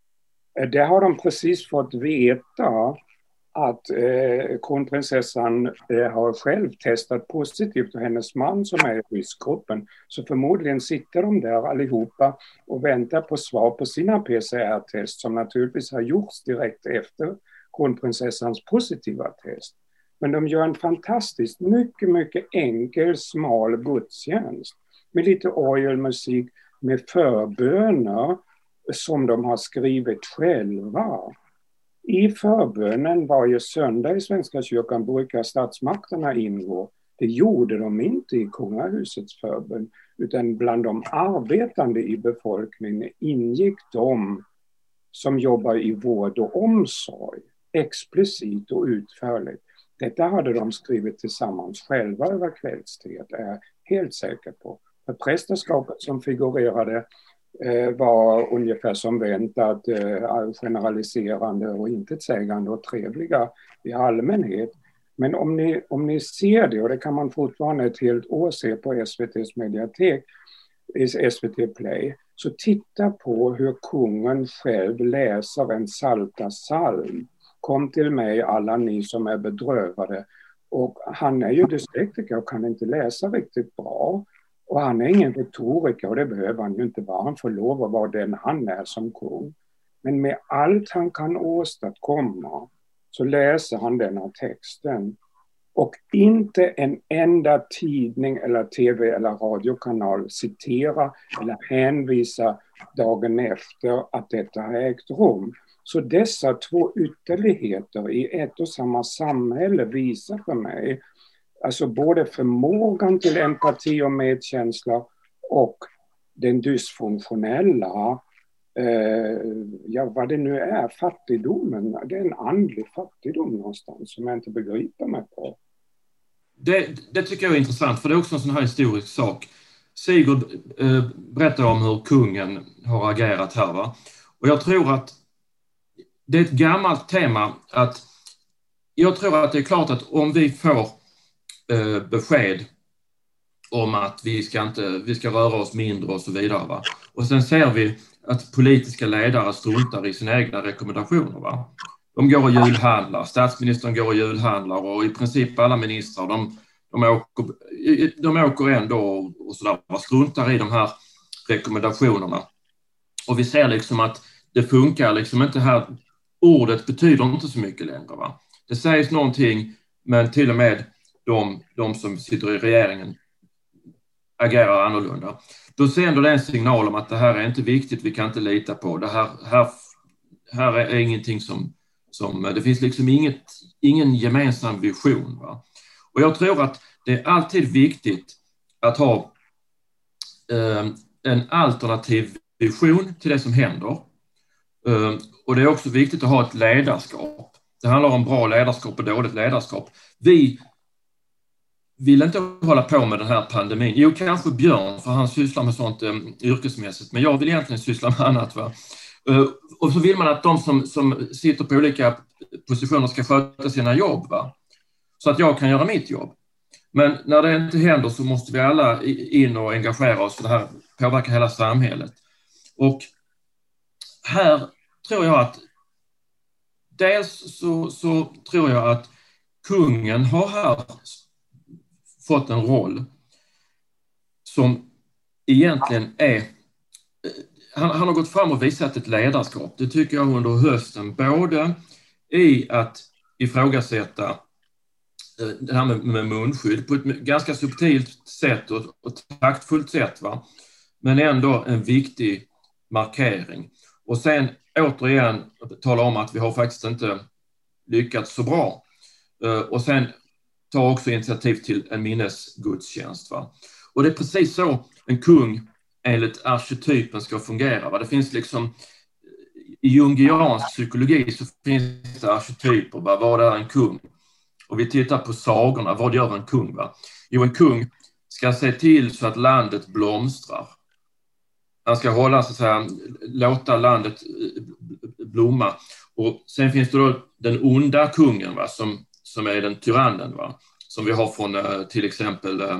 Det har de precis fått veta att eh, kronprinsessan eh, har själv testat positivt och hennes man som är i riskgruppen. Så förmodligen sitter de där allihopa och väntar på svar på sina P C R-test som naturligtvis har gjorts direkt efter kronprinsessans positiva test. Men de gör en fantastiskt mycket, mycket enkel, smal gudstjänst med lite orgelmusik, med förböner som de har skrivit själva. I förbönen varje söndag i Svenska kyrkan brukar statsmakterna ingå. Det gjorde de inte i kungahusets förbön, utan bland de arbetande i befolkningen ingick de som jobbar i vård och omsorg, explicit och utförligt. Detta hade de skrivit tillsammans själva över kvällstid, är jag helt säker på. För prästerskapet som figurerade eh, var ungefär som väntat eh, generaliserande och intetsägande och trevliga i allmänhet. Men om ni, om ni ser det, och det kan man fortfarande ett helt år se på S V T:s mediatek, S V T Play, så titta på hur kungen själv läser en psaltarpsalm. Kom till mig alla ni som är bedrövade. Och han är ju dyslektiker och kan inte läsa riktigt bra. Och han är ingen retoriker och det behöver han ju inte vara. Han får lov att vara den han är som kung. Men med allt han kan åstadkomma så läser han denna texten. Och inte en enda tidning eller tv eller radiokanal citerar eller hänvisar dagen efter att detta har ägt rum. Så dessa två ytterligheter i ett och samma samhälle visar för mig alltså både förmågan till empati och medkänsla och den dysfunktionella, eh, ja vad det nu är, fattigdomen. Det är en andlig fattigdom någonstans som jag inte begriper mig på. Det, det tycker jag är intressant, för det är också en sån här historisk sak. Sigurd eh, berättar om hur kungen har agerat här, va? Och jag tror att det är ett gammalt tema att jag tror att det är klart att om vi får eh, besked om att vi ska, inte, vi ska röra oss mindre och så vidare, va? Och sen ser vi att politiska ledare struntar i sina egna rekommendationer, va? De går och julhandlar, statsministern går och julhandlar och i princip alla ministrar de, de, åker, de åker ändå och, och sådär, struntar i de här rekommendationerna. Och vi ser liksom att det funkar liksom inte här. Ordet betyder inte så mycket längre, va? Det sägs någonting, men till och med de, de som sitter i regeringen agerar annorlunda. Då sänder det en signal om att det här är inte viktigt, vi kan inte lita på. Det här, här, här är ingenting som, som... Det finns liksom inget, ingen gemensam vision, va? Och jag tror att det är alltid viktigt att ha eh, en alternativ vision till det som händer. Uh, och det är också viktigt att ha ett ledarskap. Det handlar om bra ledarskap och dåligt ledarskap. Vi vill inte hålla på med den här pandemin. Jo, kanske Björn, för han sysslar med sånt um, yrkesmässigt. Men jag vill egentligen syssla med annat, va? Uh, och så vill man att de som, som sitter på olika positioner ska sköta sina jobb, va? Så att jag kan göra mitt jobb. Men när det inte händer så måste vi alla in och engagera oss, för det här påverkar hela samhället. Och här tror jag att dels så, så tror jag att kungen har här fått en roll som egentligen är, han, han har gått fram och visat ett ledarskap. Det tycker jag under hösten, både i att ifrågasätta det här med, med munskydd på ett ganska subtilt sätt och, och taktfullt sätt, va? Men ändå en viktig markering. Och sen återigen tala om att vi har faktiskt inte lyckats så bra. Och sen ta också initiativ till en minnesgudstjänst, va? Och det är precis så en kung enligt arketypen ska fungera, va? Det finns liksom i jungiansk psykologi så finns det arketyper, va? Vad är en kung? Och vi tittar på sagorna, vad gör en kung, va? Jo, en kung ska se till så att landet blomstrar. Han ska hålla, så att säga, låta landet blomma. Och sen finns det då den onda kungen, va? Som, som är den tyrannen, va? Som vi har från till exempel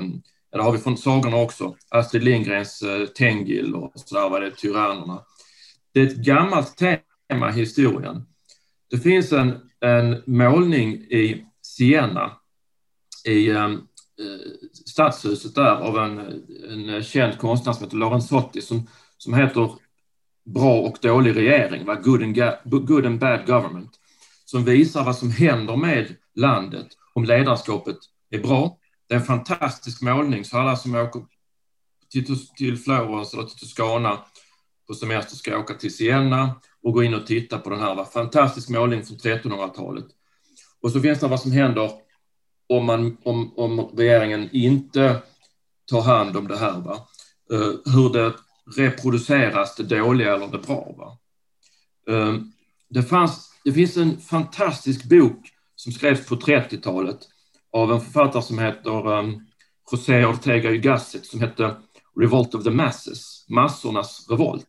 Eller har vi från sagorna också. Astrid Lindgrens uh, Tengil och sådär var det, Tyrannerna. Det är ett gammalt tema i historien. Det finns en, en målning i Siena i um, stadshuset där av en, en känd konstnär som heter Lorenzotti som, som heter Bra och dålig regering, va? Good and, good and bad government, som visar vad som händer med landet om ledarskapet är bra. Det är en fantastisk målning, så alla som åker till, till Florens eller till Toscana på semester ska åka till Siena och gå in och titta på den här, va? Fantastisk målning från trettonhundratalet. Och så finns det vad som händer om, man, om, om regeringen inte tar hand om det här, va? Uh, hur det reproduceras, det dåliga eller det bra, va? Uh, det, fanns, det finns en fantastisk bok som skrevs på trettiotalet av en författare som heter um, José Ortega y Gasset, som heter Revolt of the Masses, massornas revolt.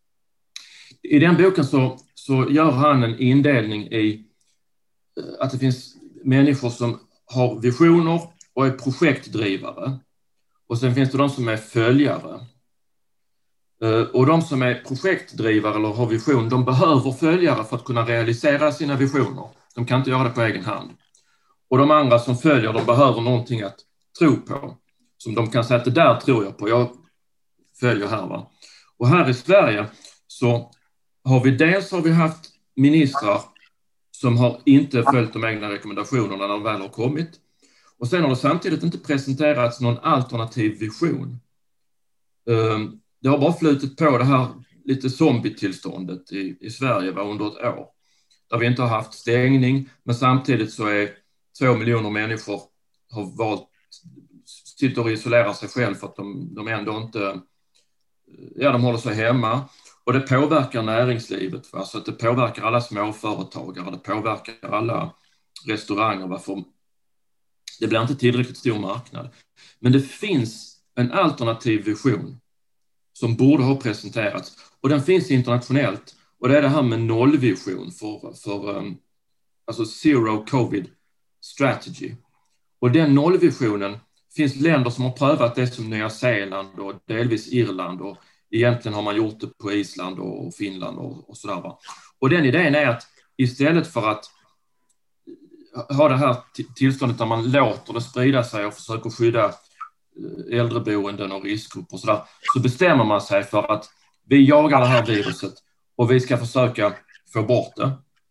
I den boken så, så gör han en indelning i uh, att det finns människor som har visioner och är projektdrivare. Och sen finns det de som är följare. Uh, och de som är projektdrivare eller har vision, de behöver följare för att kunna realisera sina visioner. De kan inte göra det på egen hand. Och de andra som följer, de behöver någonting att tro på. Som de kan säga att det där tror jag på, jag följer här, va. Och här i Sverige så har vi dels har vi haft ministrar som har inte följt de egna rekommendationerna när de väl har kommit. Och sen har det samtidigt inte presenterats någon alternativ vision. Um, det har bara flutit på det här lite zombietillståndet i, i Sverige, va, under ett år. Där vi inte har haft stängning, men samtidigt så är två miljoner människor har valt, sitter och isolerar sig själv för att de, de ändå inte, ja, de håller sig hemma. Och det påverkar näringslivet, va? Så att det påverkar alla småföretagare, det påverkar alla restauranger, va? För det blir inte tillräckligt stor marknad. Men det finns en alternativ vision som borde ha presenterats. Och den finns internationellt. Och det är det här med nollvision för, för um, alltså zero covid strategy. Och den nollvisionen finns länder som har prövat det, som Nya Zeeland och delvis Irland, och egentligen har man gjort det på Island och Finland och, och sådär, va. Och den idén är att istället för att ha det här tillståndet där man låter det sprida sig och försöker skydda äldreboenden och riskgrupper och sådär, så bestämmer man sig för att vi jagar det här viruset och vi ska försöka få bort det.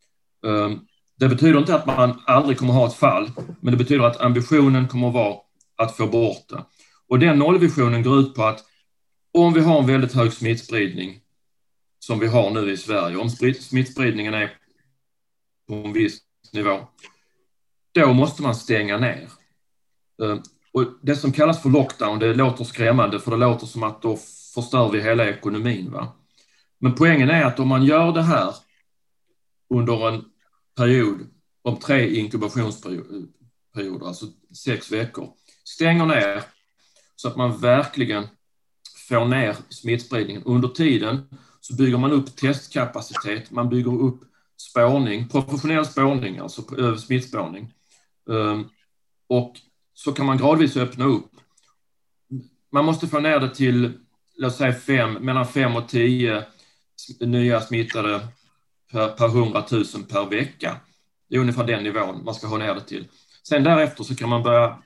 Det betyder inte att man aldrig kommer ha ett fall, men det betyder att ambitionen kommer att vara att få bort det. Och den nollvisionen går ut på att om vi har en väldigt hög smittspridning som vi har nu i Sverige, om smittspridningen är på en viss nivå, då måste man stänga ner. Och det som kallas för lockdown, det låter skrämmande, för det låter som att då förstör vi hela ekonomin, va? Men poängen är att om man gör det här under en period om tre inkubationsperioder, alltså sex veckor, stänger ner så att man verkligen får ner smittspridningen. Under tiden så bygger man upp testkapacitet, man bygger upp spårning, professionell spårning, alltså smittspårning. Och så kan man gradvis öppna upp. Man måste få ner det till, låt säga fem, mellan fem och tio nya smittade per, per hundratusen per vecka. Det är ungefär den nivån man ska ha ner det till. Sen därefter så kan man börja,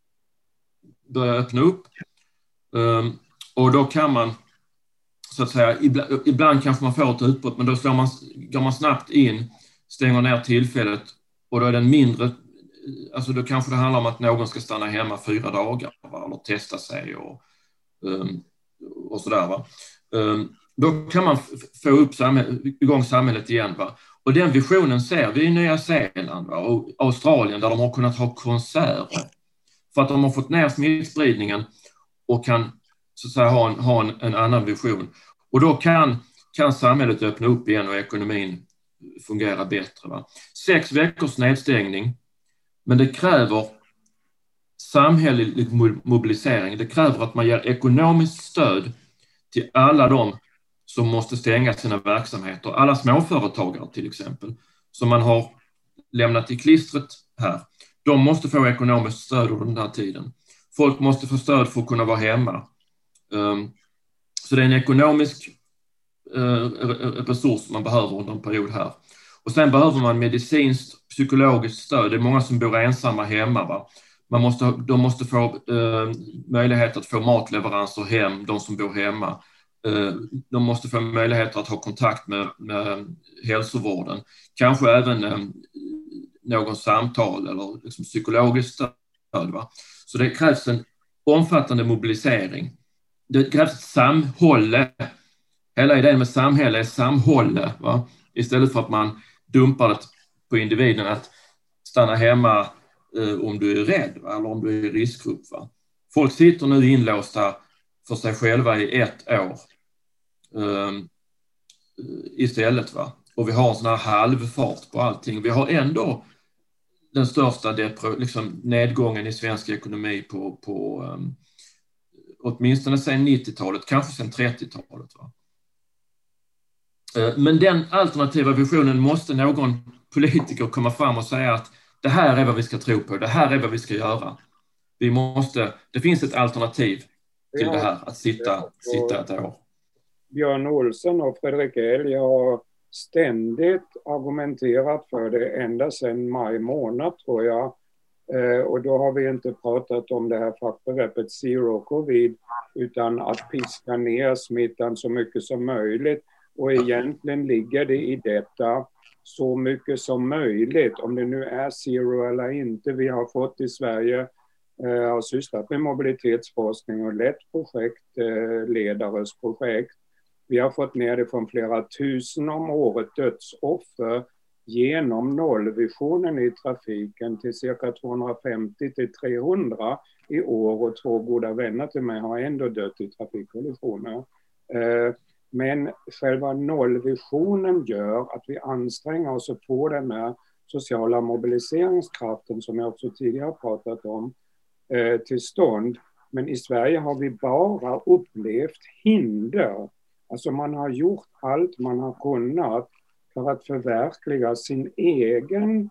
börja öppna upp. Um, och då kan man, så att säga, ibland, ibland kanske man får ett utbrott, men då slår man, går man snabbt in, stänger ner tillfället, och då är den mindre, alltså då kanske det handlar om att någon ska stanna hemma fyra dagar, va, eller testa sig och, um, och sådär, va. Um, då kan man f- få upp samhäll- igång samhället igen, va. Och den visionen ser vi i Nya Zeeland, va, och Australien, där de har kunnat ha konserter för att de har fått ner smittspridningen och kan, så att säga, ha en, ha en, en annan vision. Och då kan, kan samhället öppna upp igen och ekonomin fungera bättre, va. Sex veckors nedstängning, men det kräver samhällelig mobilisering. Det kräver att man ger ekonomiskt stöd till alla de som måste stänga sina verksamheter. Alla småföretagare till exempel, som man har lämnat i klistret här. De måste få ekonomiskt stöd under den här tiden. Folk måste få stöd för att kunna vara hemma. Så det är en ekonomisk resurs man behöver under en period här. Och sen behöver man medicinskt, psykologiskt stöd. Det är många som bor ensamma hemma, va? Man måste, de måste få eh, möjlighet att få matleveranser hem, de som bor hemma. Eh, de måste få möjlighet att ha kontakt med, med hälsovården. Kanske även eh, någon samtal eller liksom psykologiskt stöd. Va? Så det krävs en omfattande mobilisering. Det krävs ett samhålle. Hela idén med samhälle är samhålle. Va? Istället för att man dumpar det på individen att stanna hemma eh, om du är rädd, va? Eller om du är i riskgrupp. Va? Folk sitter nu inlåsta för sig själva i ett år eh, istället. Va? Och vi har en sån här halvfart på allting. Vi har ändå den största depro- liksom nedgången i svensk ekonomi på, på um, åtminstone sedan nittiotalet, kanske sedan trettiotalet. Va? Uh, men den alternativa visionen måste någon politiker komma fram och säga att det här är vad vi ska tro på, det här är vad vi ska göra. Vi måste, det finns ett alternativ till ja, det här, att sitta, sitta ett år. Björn Olsen och Fredrik Elg har ständigt argumenterat för det ända sedan maj månad, tror jag. Eh, och då har vi inte pratat om det här fackbegreppet zero covid, utan att piska ner smittan så mycket som möjligt. Och egentligen ligger det i detta så mycket som möjligt, om det nu är zero eller inte. Vi har fått i Sverige eh, har sysslat med mobilitetsforskning och lett projektledares eh, projekt. Vi har fått ner det från flera tusen om året dödsoffer genom nollvisionen i trafiken till cirka tvåhundrafemtio till trehundra i år, och två goda vänner till mig har ändå dött i trafikkollisioner. Men själva nollvisionen gör att vi anstränger oss att få den här sociala mobiliseringskraften som jag också tidigare pratat om till stånd. Men i Sverige har vi bara upplevt hinder. Alltså man har gjort allt man har kunnat för att förverkliga sin egen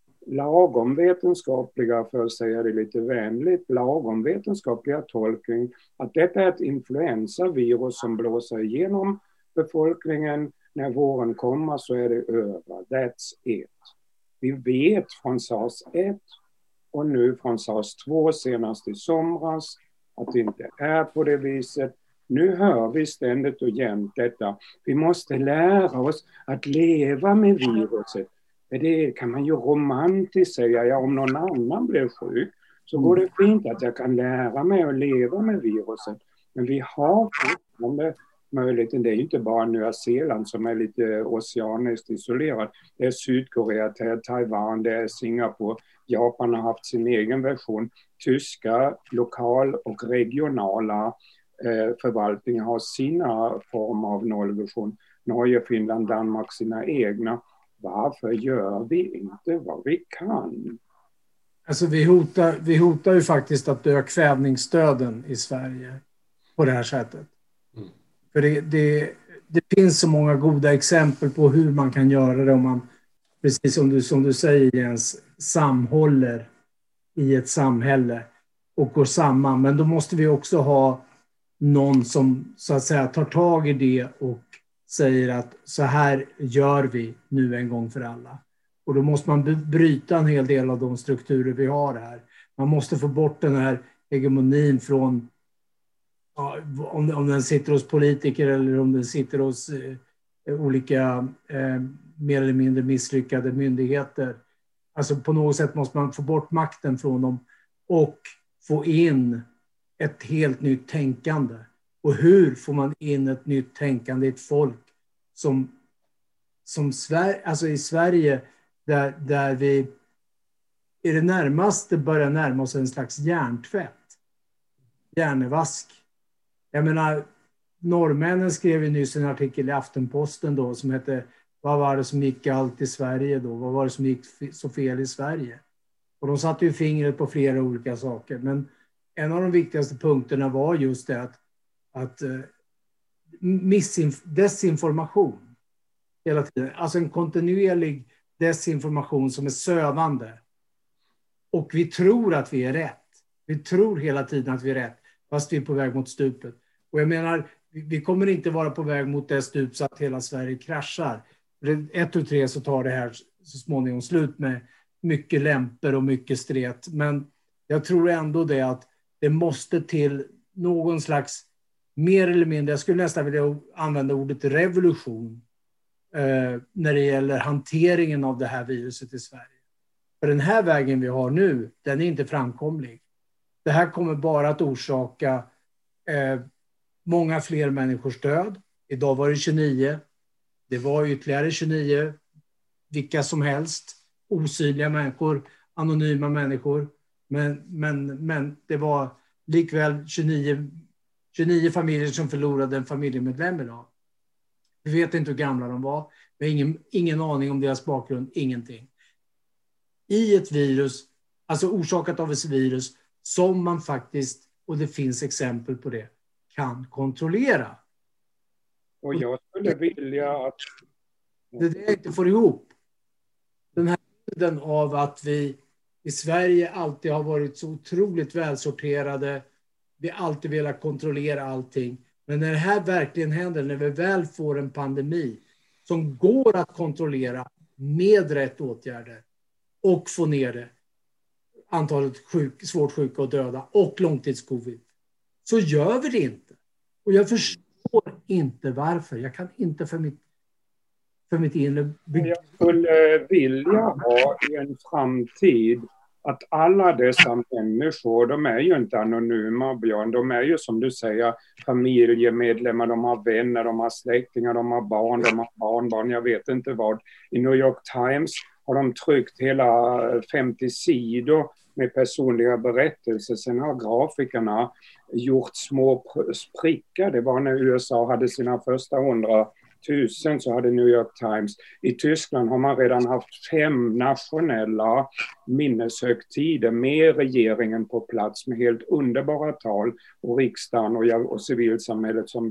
lagom vetenskapliga, för att säga det lite vänligt, lagom vetenskapliga tolkning att detta är ett influensavirus som blåser igenom befolkningen. När våren kommer så är det över. That's it. Vi vet från SARS ett och nu från SARS två senast i somras att det inte är på det viset. Nu hör vi ständigt och jämt detta. Vi måste lära oss att leva med viruset. Det kan man ju romantiskt säga. Ja, om någon annan blir sjuk så går det fint att jag kan lära mig att leva med viruset. Men vi har fortfarande möjligheten. Det är inte bara Nya Zeeland som är lite oceaniskt isolerat. Det är Sydkorea, det är Taiwan, det är Singapore. Japan har haft sin egen version. Tyska, lokal och regionala förvaltningen har sina former av nollvision. Norge, Finland, Danmark sina egna. Varför gör vi inte vad vi kan? Alltså vi hotar, vi hotar ju faktiskt att dö kvävningsdöden i Sverige på det här sättet. Mm. För det, det, det finns så många goda exempel på hur man kan göra det om man, precis som du, som du säger Jens, samhåller i ett samhälle och går samman. Men då måste vi också ha någon som så att säga tar tag i det och säger att så här gör vi nu en gång för alla. Och då måste man bryta en hel del av de strukturer vi har här. Man måste få bort den här hegemonin från, ja, om, om den sitter hos politiker eller om den sitter hos eh, olika eh, mer eller mindre misslyckade myndigheter. Alltså på något sätt måste man få bort makten från dem och få in ett helt nytt tänkande. Och hur får man in ett nytt tänkande i ett folk som, som Sverige, alltså i Sverige där, där vi är det närmaste börjar närma oss en slags hjärntvätt. Hjärnevask. Jag menar, norrmännen skrev ju nyss en artikel i Aftenposten då som hette vad var det som gick allt i Sverige då? Vad var det som gick så fel i Sverige? Och de satte ju fingret på flera olika saker. Men en av de viktigaste punkterna var just det att, att uh, missinf- desinformation hela tiden. Alltså en kontinuerlig desinformation som är sövande. Och vi tror att vi är rätt. Vi tror hela tiden att vi är rätt, fast vi är på väg mot stupet. Och jag menar, vi kommer inte vara på väg mot det stup så att hela Sverige kraschar. Ett och tre så tar det här så småningom slut med mycket lämpor och mycket stret. Men jag tror ändå det att det måste till någon slags mer eller mindre, jag skulle nästan vilja använda ordet revolution eh, när det gäller hanteringen av det här viruset i Sverige. För den här vägen vi har nu, den är inte framkomlig. Det här kommer bara att orsaka eh, många fler människors död. Idag var det tjugonio. Det var ytterligare tjugonio. Vilka som helst. Osynliga människor. Anonyma människor. Men, men, men det var likväl tjugonio, tjugonio familjer som förlorade en familjemedlem idag. Vi vet inte hur gamla de var. Vi har ingen, ingen aning om deras bakgrund. Ingenting. I ett virus, alltså orsakat av ett virus som man faktiskt, och det finns exempel på det, kan kontrollera. Och jag skulle vilja att... Det är det jag inte får ihop. Den här bilden av att vi i Sverige alltid har varit så otroligt välsorterade. Vi alltid velat kontrollera allting. Men när det här verkligen händer, när vi väl får en pandemi som går att kontrollera med rätt åtgärder och få ner det, antalet sjuk, svårt sjuka och döda och långtidscovid, så gör vi det inte. Och jag förstår inte varför. Jag kan inte för mitt, för mitt inre bygga. Jag skulle vilja ha i en framtid att alla dessa människor, de är ju inte anonyma, Björn. De är ju, som du säger, familjemedlemmar, de har vänner, de har släktingar, de har barn, de har barnbarn, jag vet inte vad. I New York Times har de tryckt hela femtio sidor med personliga berättelser. Sen har grafikerna gjort små prickar. Det var när U S A hade sina första hundratusen, så hade New York Times. I Tyskland har man redan haft fem nationella minneshögtider med regeringen på plats med helt underbara tal, och riksdagen och, och civilsamhället som,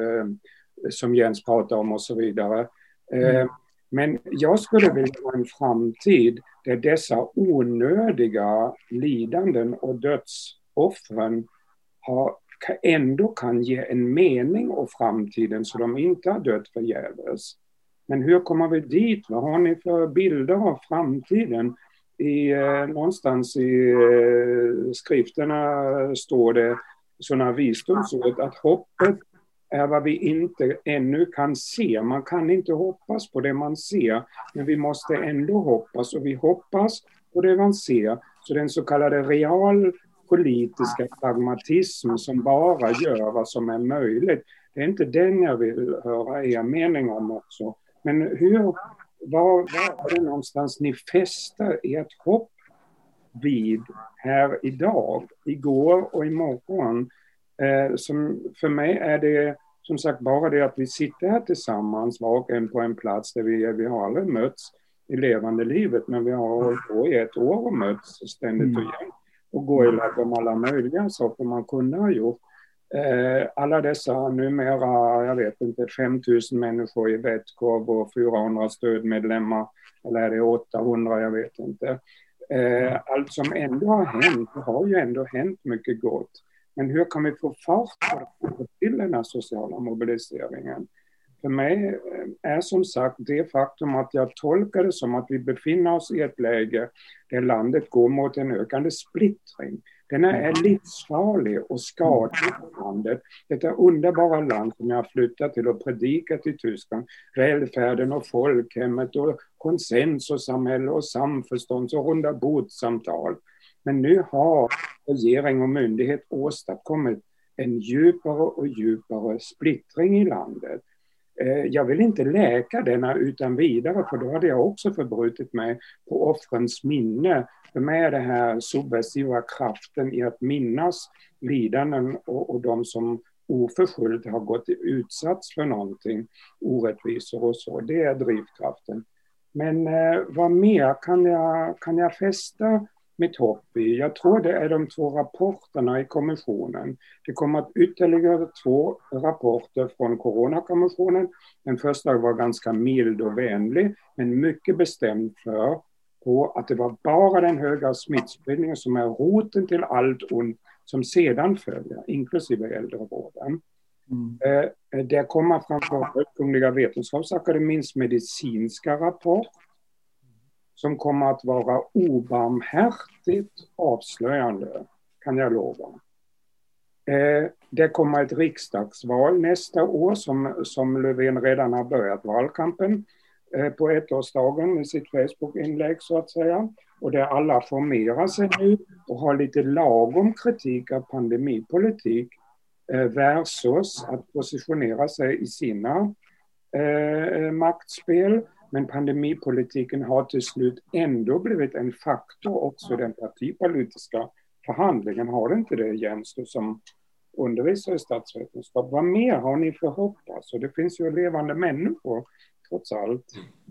som Jens pratade om och så vidare. Mm. Men jag skulle vilja ha en framtid där dessa onödiga lidanden och dödsoffren har, ändå kan ge en mening av framtiden så de inte har dött förgäves. Men hur kommer vi dit? Vad har ni för bilder av framtiden? I, eh, någonstans i eh, skrifterna står det sådana visdomsord att hoppet är vad vi inte ännu kan se. Man kan inte hoppas på det man ser, men vi måste ändå hoppas, och vi hoppas på det man ser. Så den så kallade realpolitiska pragmatism som bara gör vad som är möjligt, det är inte den jag vill höra er mening om också. Men hur, var, var är det någonstans ni fäster ert hopp vid här idag, igår och imorgon? Eh, som för mig är det som sagt bara det att vi sitter här tillsammans, var och en på en plats där vi, vi har aldrig mötts i levande livet, men vi har hållit på i ett år och mötts ständigt och jämt och gå i lag om alla möjliga saker man kunde ha gjort. Eh, alla dessa numera, jag vet inte, fem tusen människor i Vettkov och fyrahundra stödmedlemmar, eller är det åttahundra, jag vet inte. Eh, allt som ändå har hänt, det har ju ändå hänt mycket gott. Men hur kan vi få fart på till den här sociala mobiliseringen? För mig är som sagt det faktum att jag tolkar det som att vi befinner oss i ett läge där landet går mot en ökande splittring. Den är livsfarlig och skadlig för landet. Detta underbara land som jag har flyttat till och predikat i Tyskland. Välfärden och folkhemmet och konsensussamhälle och samförstånds- och rundabordssamtal. Men nu har regering och myndighet åstadkommit en djupare och djupare splittring i landet. Jag vill inte läka denna utan vidare, för då hade jag också förbrutit mig på offrens minne. För mig är det här subversiva kraften i att minnas lidanden och, och de som oförskyllt har gått utsatts för någonting, orättvisor och så. Det är drivkraften. Men eh, vad mer kan jag, kan jag fästa mitt hopp i? Jag tror det är de två rapporterna i kommissionen. Det kommer att ytterligare två rapporter från coronakommissionen. Den första var ganska mild och vänlig, men mycket bestämd för på att det var bara den höga smittspridningen som är roten till allt ont som sedan följer, inklusive äldrevården. Mm. Eh, det kommer framför Kungliga Vetenskapsakademins medicinska rapport som kommer att vara obarmhärtigt avslöjande, kan jag lova. Eh, det kommer ett riksdagsval nästa år som, som Löfven redan har börjat valkampen eh, på ettårsdagen med sitt Facebook-inlägg så att säga. Och där alla formerar sig nu och har lite lagom kritik av pandemipolitik eh, versus att positionera sig i sina eh, maktspel. Men pandemipolitiken har till slut ändå blivit en faktor också i den partipolitiska förhandlingen. Har det inte det, Jens, du som undervisar i statsvetenskap? Vad mer har ni för hopp? Alltså, det finns ju levande människor trots allt.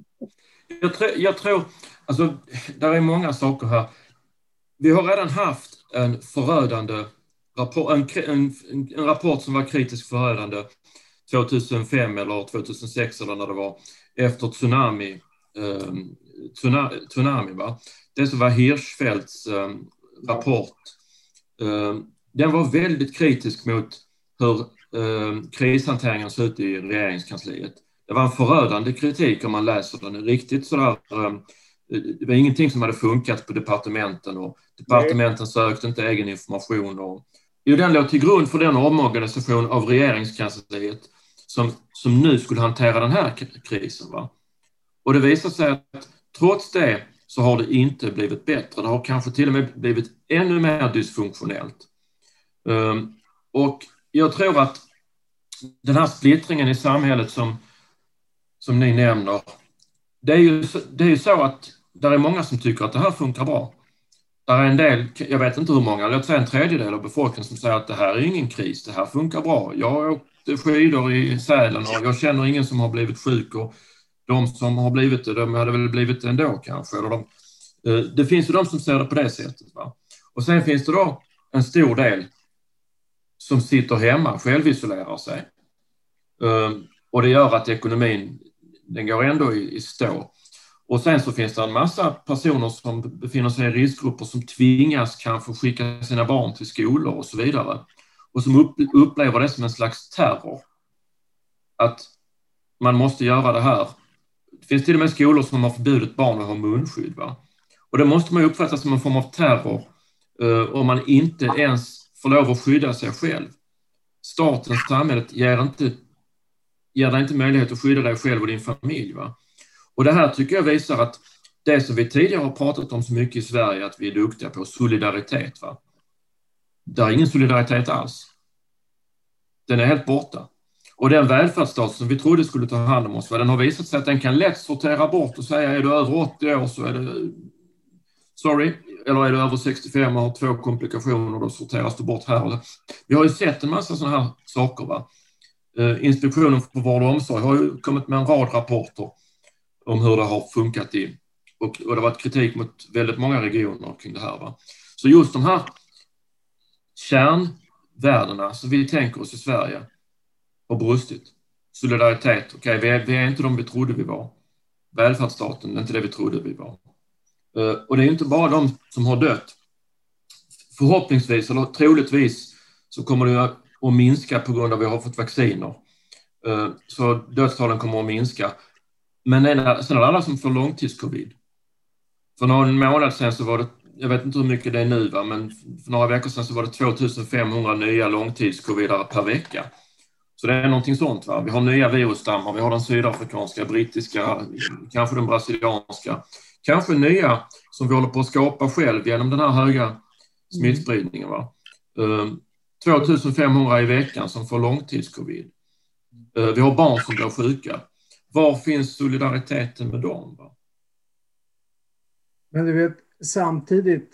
Jag tror, jag tror alltså, där är många saker här. Vi har redan haft en förödande rapport, en, en, en rapport som var kritiskt förödande tjugohundrafem eller tjugohundrasex eller när det var efter tsunami, eh, tsunami, tsunami va? Det som var Hirschfeldts eh, rapport. Eh, den var väldigt kritisk mot hur eh, krishanteringen såg ut i regeringskansliet. Det var en förödande kritik om man läser den riktigt sådär. Eh, det var ingenting som hade funkat på departementen och departementen sökte inte egen information. Och, jo, den låg till grund för den omorganisation av regeringskansliet som, som nu skulle hantera den här krisen. Va? Och det visar sig att trots det så har det inte blivit bättre. Det har kanske till och med blivit ännu mer dysfunktionellt. Um, och jag tror att den här splittringen i samhället som, som ni nämner, det är, ju, det är ju så att det är många som tycker att det här funkar bra. Det är en del, jag vet inte hur många, låt säga en tredjedel av befolkningen som säger att det här är ingen kris, det här funkar bra. Jag åkte skidor i Sälen och jag känner ingen som har blivit sjuk och de som har blivit det, de hade väl blivit det ändå kanske. Eller de, det finns ju de som ser det på det sättet. Va? Och sen finns det då en stor del som sitter hemma, självisolerar sig. Och det gör att ekonomin, den går ändå i, i stå. Och sen så finns det en massa personer som befinner sig i riskgrupper som tvingas kanske skicka sina barn till skolor och så vidare. Och som upp, upplever det som en slags terror. Att man måste göra det här. Det finns till och med skolor som har förbjudit barn att ha munskydd. Va? Och det måste man ju uppfatta som en form av terror uh, om man inte ens får lov att skydda sig själv. Staten, samhället ger, inte, ger dig inte möjlighet att skydda dig själv och din familj. Va? Och det här tycker jag visar att det som vi tidigare har pratat om så mycket i Sverige, att vi är duktiga på solidaritet. Va? Det är ingen solidaritet alls. Den är helt borta. Och den välfärdsstat som vi trodde skulle ta hand om oss, den har visat sig att den kan lätt sortera bort och säga är du över åttio år så är det sorry, eller är du över sextiofem och har två komplikationer då sorteras du bort här. Vi har ju sett en massa sådana här saker. Va? Eh, Inspektionen för vård och omsorg har ju kommit med en rad rapporter om hur det har funkat i, och, och det har varit kritik mot väldigt många regioner kring det här. Va? Så just de här kärnvärdena som vi tänker oss i Sverige har brustit. Solidaritet, okej, okay, vi, vi är inte de vi trodde vi var. Välfärdsstaten, det är inte det vi trodde vi var. Uh, och det är inte bara de som har dött. Förhoppningsvis, eller troligtvis, så kommer det att minska på grund av att vi har fått vacciner. Uh, så dödstalen kommer att minska. Men sen är det alla som får långtidscovid. För någon månad sedan så var det, jag vet inte hur mycket det är nu, va, men för några veckor sedan så var det tvåtusenfemhundra nya långtidscovidare per vecka. Så det är någonting sånt. Va? Vi har nya virusstammar, vi har den sydafrikanska, brittiska, kanske den brasilianska. Kanske nya som vi håller på att skapa själv genom den här höga smittspridningen. Va? Um, tvåtusenfemhundra i veckan som får långtidscovid. Uh, vi har barn som blir sjuka. Var finns solidariteten med dem? Va? Men du vet, samtidigt,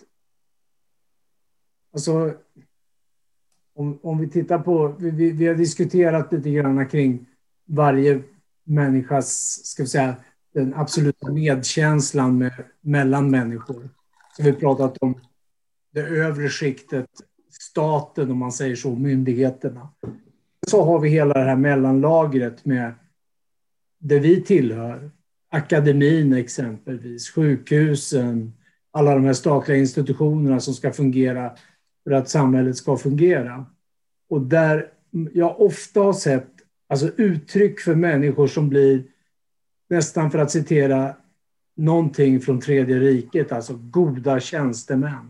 alltså om, om vi tittar på, vi, vi har diskuterat lite grann kring varje människas, ska vi säga, den absoluta medkänslan med, mellan människor. Så vi har pratat om det övre skiktet, staten om man säger så, myndigheterna. Så har vi hela det här mellanlagret med det vi tillhör, akademin exempelvis, sjukhusen, alla de här statliga institutionerna som ska fungera för att samhället ska fungera. Och där jag ofta har sett alltså uttryck för människor som blir, nästan för att citera någonting från Tredje riket, alltså goda tjänstemän.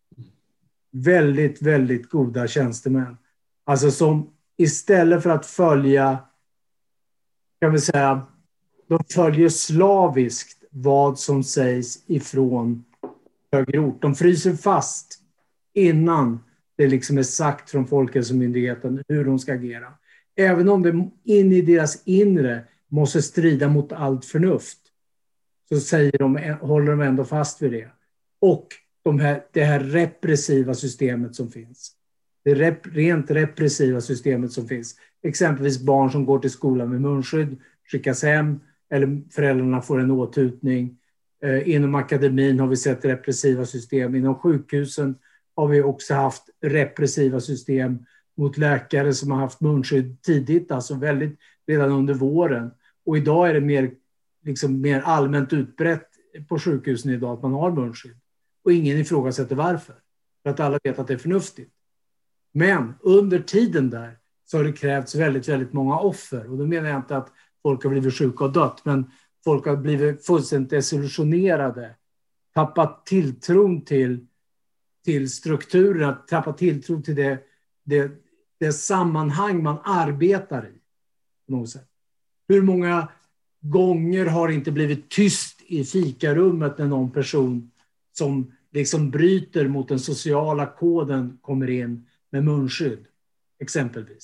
Väldigt, väldigt goda tjänstemän. Alltså som istället för att följa, kan vi säga, de följer slaviskt vad som sägs ifrån högre ort. De fryser fast innan det liksom är sagt från Folkhälsomyndigheten hur de ska agera. Även om det in i deras inre måste strida mot allt förnuft, så säger de, håller de ändå fast vid det. Och de här, det här repressiva systemet som finns. Det rep, rent repressiva systemet som finns. Exempelvis barn som går till skolan med munskydd skickas hem, eller föräldrarna får en åtutning. Eh, inom akademin har vi sett repressiva system. Inom sjukhusen har vi också haft repressiva system mot läkare som har haft munskydd tidigt, alltså väldigt redan under våren. Och idag är det mer, liksom, mer allmänt utbrett på sjukhusen idag att man har munskydd. Och ingen ifrågasätter varför. För att alla vet att det är förnuftigt. Men under tiden där så har det krävts väldigt, väldigt många offer. Och då menar jag inte att folk har blivit sjuka och dött, men folk har blivit fullständigt desillusionerade. Tappat tilltron till, till strukturen, tappat tilltron till det, det, det sammanhang man arbetar i. På något sätt. Hur många gånger har det inte blivit tyst i fikarummet när någon person som liksom bryter mot den sociala koden kommer in med munskydd, exempelvis.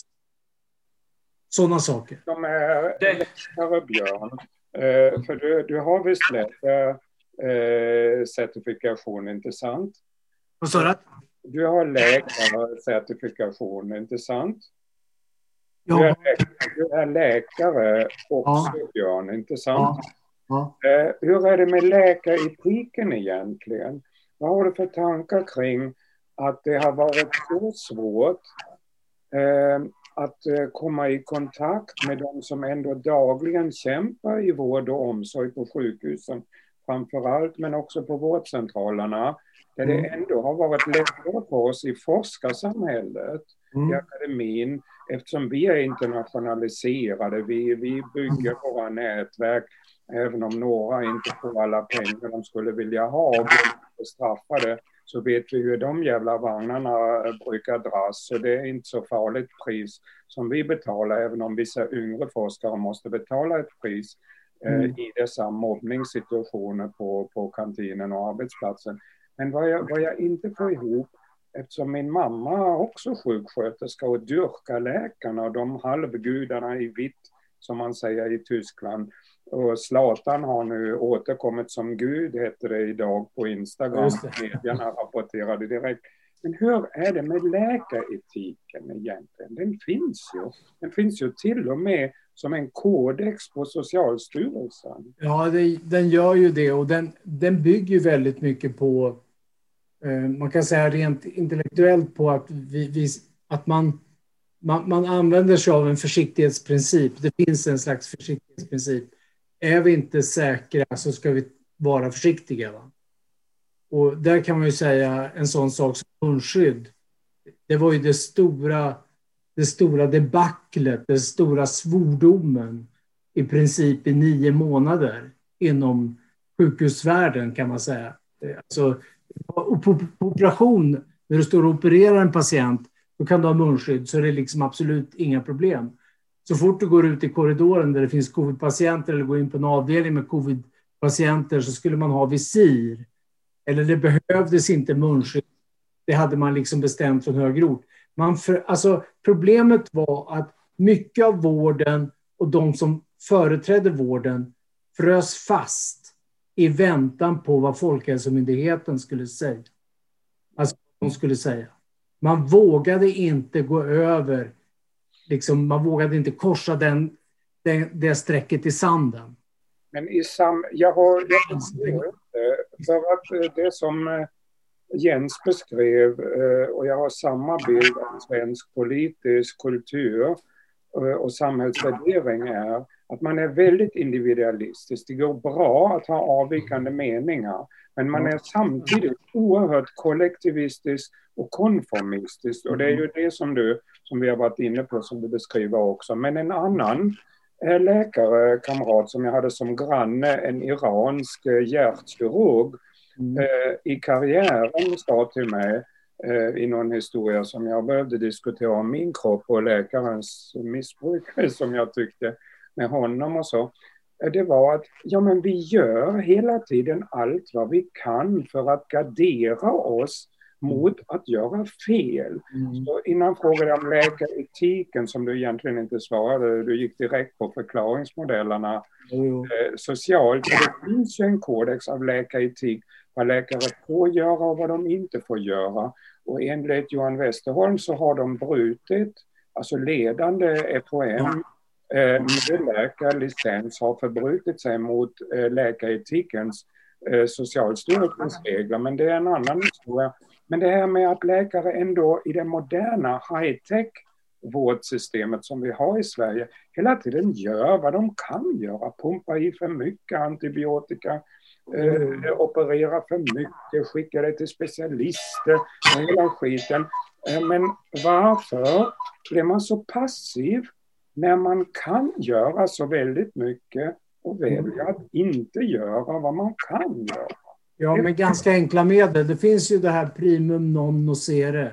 Sådana saker. De är läkare, Björn. Eh, för du, du har visst läkarcertifikation, inte sant? Vad sa du? Du har läkarcertifikation, inte sant? Ja. Du, är läkare, du är läkare också, ja. Björn, inte sant? Ja. Ja. Eh, hur är det med läkaretiken egentligen? Vad har du för tankar kring att det har varit så svårt eh, att eh, komma i kontakt med de som ändå dagligen kämpar i vård och omsorg på sjukhusen framförallt, men också på vårdcentralerna, där mm. det ändå har varit lättare på oss i forskarsamhället, mm. i akademin, eftersom vi är internationaliserade, vi, vi bygger mm. våra nätverk, även om några inte får alla pengar de skulle vilja ha och blir straffade, så vet vi hur de jävla vagnarna brukar dras. Så det är inte så farligt pris som vi betalar, även om vissa yngre forskare måste betala ett pris mm. eh, i dessa mobbningssituationer på, på kantinen och arbetsplatsen. Men vad jag, vad jag inte får ihop, eftersom min mamma också sjuksköterska och dyrkar läkarna och de halvgudarna i vitt, som man säger i Tyskland. Och Zlatan har nu återkommit som Gud, heter det idag på Instagram. Medierna rapporterade direkt. Men hur är det med läkaretiken egentligen? Den finns ju. Den finns ju till och med som en kodex på Socialstyrelsen. Ja, det, den gör ju det, och den, den bygger väldigt mycket på, eh, man kan säga rent intellektuellt, på att, vi, vi, att man, man, man använder sig av en försiktighetsprincip. Det finns en slags försiktighetsprincip. Är vi inte säkra så ska vi vara försiktiga. Va? Och där kan man ju säga en sån sak som munskydd. Det var ju det stora, det stora debaclet, den stora svordomen i princip i nio månader inom sjukhusvärlden, kan man säga. Alltså, på, på operation, när du står och opererar en patient, då kan du ha munskydd, så är det liksom absolut inga problem. Så fort du går ut i korridoren där det finns covid-patienter eller går in på en avdelning med covid-patienter, så skulle man ha visir. Eller det behövdes inte munskydd. Det hade man liksom bestämt från högre ort. Man för, alltså, problemet var att mycket av vården och de som företrädde vården frös fast i väntan på vad Folkhälsomyndigheten skulle säga. Alltså de skulle säga. Man vågade inte gå över, liksom, man vågade inte korsa den, den, det strecket i sanden. Men i sam, jag har jag för att det som Jens beskrev, och jag har samma bild av svensk politisk kultur och samhällsvärdering, är att man är väldigt individualistisk. Det går bra att ha avvikande meningar, men man är samtidigt oerhört kollektivistisk och konformistisk. Och det är ju det som du, som vi har varit inne på, som du beskriver också. Men en annan läkare, kamrat som jag hade som granne, en iransk hjärtkirurg mm. eh, i karriären, sa till mig eh, i någon historia som jag behövde diskutera om min kropp och läkarens missbruk, som jag tyckte med honom och så. Det var att ja, men vi gör hela tiden allt vad vi kan för att gardera oss mot att göra fel. Mm. Så innan frågade jag om läkaretiken, som du egentligen inte svarade, du gick direkt på förklaringsmodellerna mm. eh, socialt. Det finns ju en kodex av läkaretik, vad läkare får göra och vad de inte får göra. Och enligt Johan Westerholm så har de brutit, alltså ledande F H M eh, med läkarlicens har förbrutit sig mot eh, läkaretikens eh, Socialstyrelsens regler, men det är en annan historia. Men det här med att läkare ändå i det moderna high-tech vårdsystemet som vi har i Sverige hela tiden gör vad de kan göra. Pumpa i för mycket antibiotika, mm. eh, operera för mycket, skicka det till specialister, hela skiten. Eh, men varför blir man så passiv när man kan göra så väldigt mycket och välja att inte göra vad man kan göra? Ja, med ganska enkla medel. Det finns ju det här primum non nocere.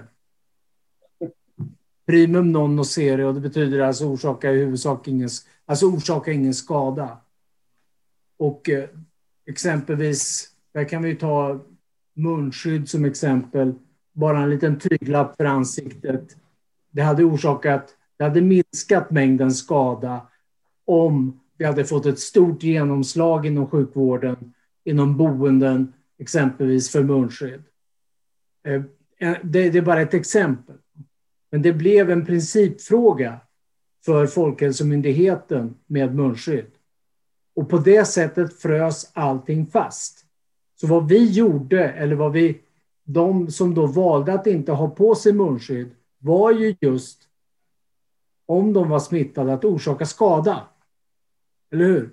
Primum non nocere, och det betyder alltså orsaka i huvudsak ingen, alltså orsaka ingen skada. Och eh, exempelvis, där kan vi ta munskydd som exempel. Bara en liten tyglapp för ansiktet. Det hade orsakat, det hade minskat mängden skada om vi hade fått ett stort genomslag inom sjukvården, inom boenden, exempelvis för munskydd. Det, det är bara ett exempel. Men det blev en principfråga för Folkhälsomyndigheten med munskydd. Och på det sättet frös allting fast. Så vad vi gjorde, eller vad vi, de som då valde att inte ha på sig munskydd, var ju just, om de var smittade, att orsaka skada. Eller hur?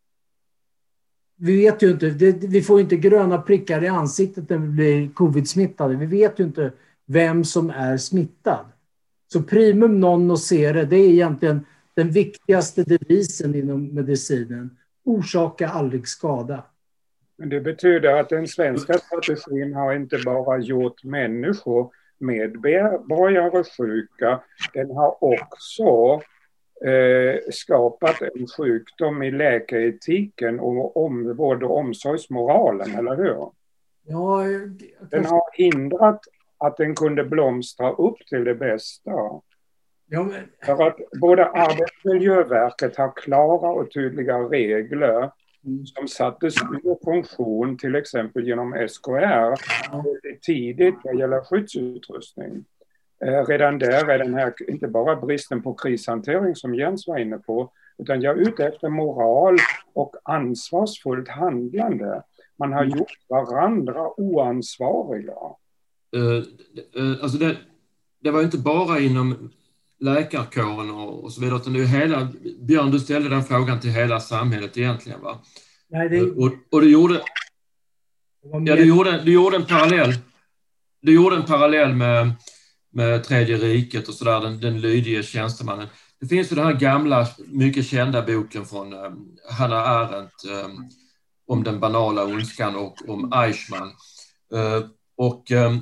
Vi vet ju inte, det, vi får inte gröna prickar i ansiktet när vi blir covid-smittade. Vi vet ju inte vem som är smittad. Så primum non nocere, det är egentligen den viktigaste devisen inom medicinen. Orsaka aldrig skada. Men det betyder att den svenska strategin har inte bara gjort människor medborgare sjuka, den har också Eh, skapat en sjukdom i läkaretiken och om, vård- och omsorgsmoralen, eller hur? Ja, den har hindrat att den kunde blomstra upp till det bästa. Ja, men... För att både Arbetsmiljöverket har klara och tydliga regler mm. som sattes ur funktion, till exempel genom S K R, ja. tidigt vad gäller skyddsutrustning. Eh, redan där är den här, inte bara bristen på krishantering som Jens var inne på, utan jag är ute efter moral och ansvarsfullt handlande. Man har gjort varandra oansvariga. Uh, uh, alltså det, det var inte bara inom läkarkåren och, och så vidare, utan det är hela, Björn, du ställde den frågan till hela samhället egentligen, va? Nej, det... och, och du gjorde ja, du gjorde, du gjorde en parallell du gjorde en parallell med med Tredje riket och sådär, den, den lydige tjänstemannen. Det finns ju den här gamla, mycket kända boken från um, Hannah Arendt um, om den banala ondskan och om Eichmann. Uh, och um,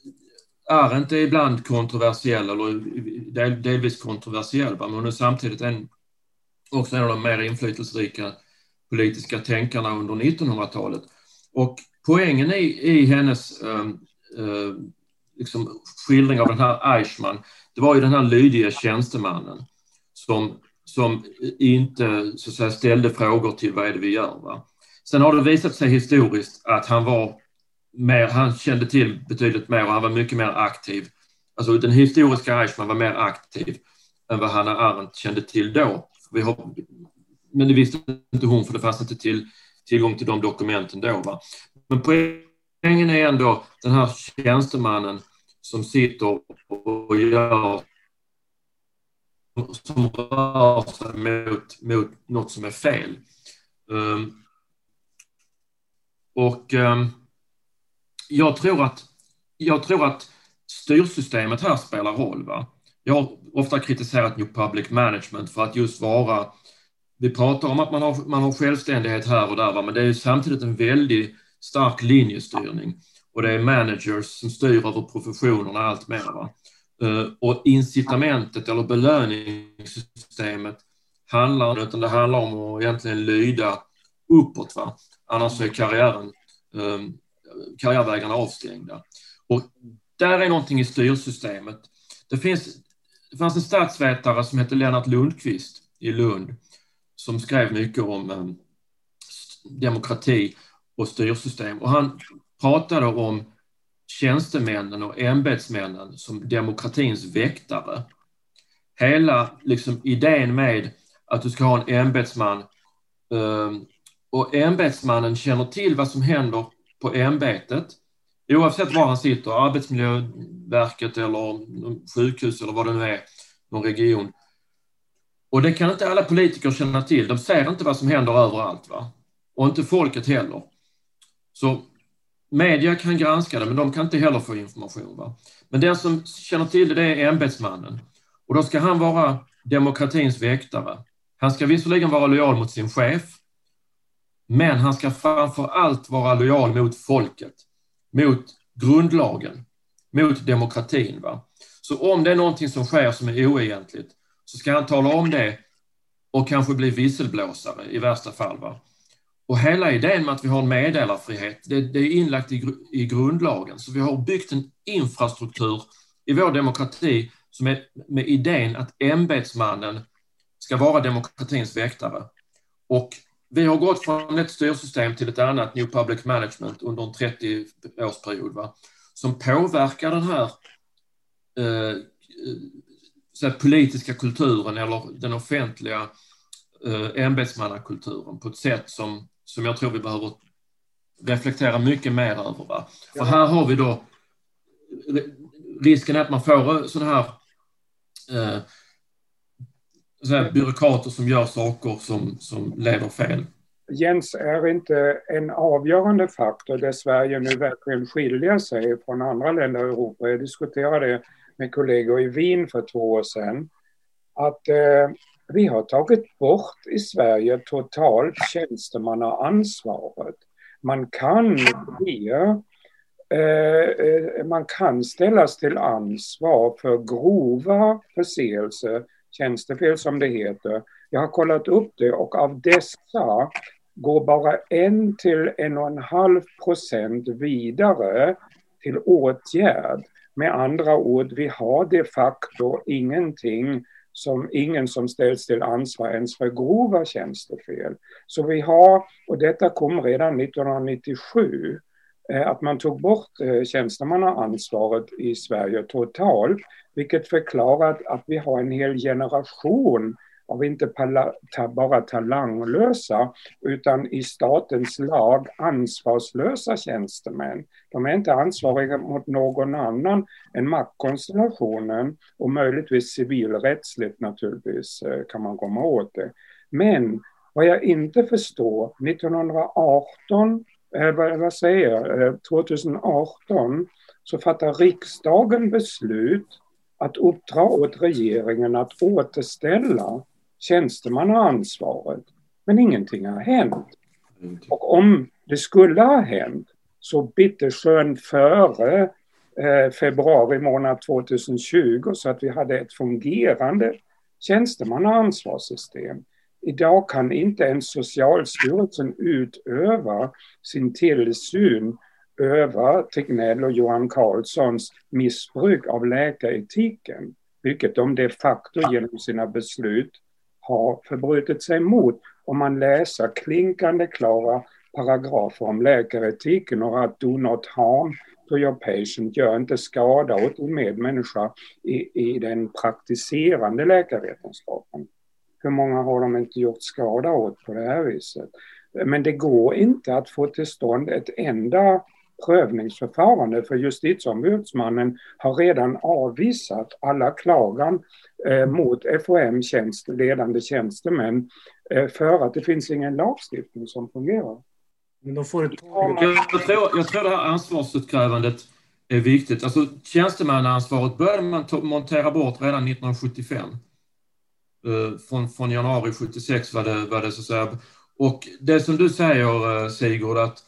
Arendt är ibland kontroversiell, eller del, delvis kontroversiell, men hon är samtidigt en, också en av de mer inflytelserika politiska tänkarna under nittonhundratalet. Och poängen i, i hennes um, uh, liksom skildring av den här Eichmann, det var ju den här lydiga tjänstemannen som, som inte så att säga, ställde frågor till vad är det vi gör, va? Sen har det visat sig historiskt att han var mer, han kände till betydligt mer och han var mycket mer aktiv. Alltså den historiska Eichmann var mer aktiv än vad Hannah Arendt kände till då. Vi har, men det visste inte hon, för det fanns inte till, tillgång till de dokumenten då, va? Men poängen är ändå den här tjänstemannen som sitter och gör som rör sig mot, mot något som är fel. Um, och um, jag tror att jag tror att styrsystemet här spelar roll, va? Jag har ofta kritiserat New Public Management för att just vara, vi pratar om att man har, man har självständighet här och där, va? Men det är ju samtidigt en väldigt stark linjestyrning och det är managers som styr över professionerna allt mer, va? Uh, och incitamentet eller belöningssystemet handlar utan det handlar om att egentligen lyda uppåt, va? Annars är karriären um, karriärvägarna avstängda. Och där är någonting i styrsystemet. Det finns det fanns en statsvetare som heter Lennart Lundqvist i Lund som skrev mycket om um, demokrati och styrsystem och han pratade om tjänstemännen och ämbetsmännen som demokratins väktare. Hela liksom idén med att du ska ha en ämbetsman um, och ämbetsmannen känner till vad som händer på ämbetet oavsett var han sitter, Arbetsmiljöverket eller sjukhus eller vad det nu är, någon region. Och det kan inte alla politiker känna till. De ser inte vad som händer överallt, va? Och inte folket heller. Så media kan granska det, men de kan inte heller få information, va? Men den som känner till det, det är ämbetsmannen. Och då ska han vara demokratins väktare. Han ska visserligen vara lojal mot sin chef, men han ska framför allt vara lojal mot folket, mot grundlagen, mot demokratin, va? Så om det är någonting som sker som är oegentligt så ska han tala om det och kanske bli visselblåsare i värsta fall, va? Och hela idén med att vi har en meddelarfrihet, det, det är inlagt i, i grundlagen. Så vi har byggt en infrastruktur i vår demokrati som är med idén att ämbetsmannen ska vara demokratins väktare. Och vi har gått från ett styrsystem till ett annat, New Public Management, under en trettio-årsperiod, va? Som påverkar den här eh, så här politiska kulturen eller den offentliga eh, ämbetsmannakulturen på ett sätt som, som jag tror vi behöver reflektera mycket mer över, va? För här har vi då risken att man får sådana här, eh, så här byråkrater som gör saker som, som leder fel. Jens, är inte en avgörande faktor där Sverige nu verkligen skiljer sig från andra länder i Europa? Jag diskuterade det med kollegor i Wien för två år sedan. Att eh, vi har tagit bort i Sverige totalt tjänstemannaansvaret. Man kan bli, eh, man kan ställas till ansvar för grova förseelser, tjänstefel som det heter. Jag har kollat upp det och av dessa går bara en till en och en halv procent vidare till åtgärd. Med andra ord, vi har de facto ingenting som ingen som ställs till ansvar ens för grova tjänstefel. Så vi har, och detta kom redan nittonhundranittiosju, att man tog bort tjänstemannaansvaret i Sverige totalt, vilket förklarar att vi har en hel generation av inte bara talanglösa utan i statens lag ansvarslösa tjänstemän. De är inte ansvariga mot någon annan än maktkonstellationen och möjligtvis civilrättsligt naturligtvis kan man komma åt det. Men vad jag inte förstår, nittonhundraarton, eh, vad, vad säger jag, tjugoarton så fattar riksdagen beslut att uppdra åt regeringen att återställa tjänstemannaansvaret. Men ingenting har hänt. Och om det skulle ha hänt så bittersjön före eh, februari månad tjugohundratjugo så att vi hade ett fungerande tjänstemannaansvarssystem. Idag kan inte ens Socialstyrelsen utöva sin tillsyn över Tegnell och Johan Carlssons missbruk av läkaretiken, vilket de de facto genom sina beslut har förbrutit sig mot. Om man läser klinkande klara paragrafer om läkaretiken och att do not harm to your patient, gör inte skada åt en medmänniska i, i den praktiserande läkarvetenskapen. Hur många har de inte gjort skada åt på det här viset? Men det går inte att få till stånd ett enda prövningsförfarande, för justitieombudsmannen har redan avvisat alla klagan eh, mot F O M tjänst, ledande tjänstemän eh, för att det finns ingen lagstiftning som fungerar. Men då får det jag, jag, tror, jag tror det här ansvarsutkrävandet är viktigt. Alltså tjänstemannaansvaret började man ta, montera bort redan nittonhundrasjuttiofem. Uh, från, från januari sjuttiosex var det, var det så att säga. Och det som du säger, Sigurd, att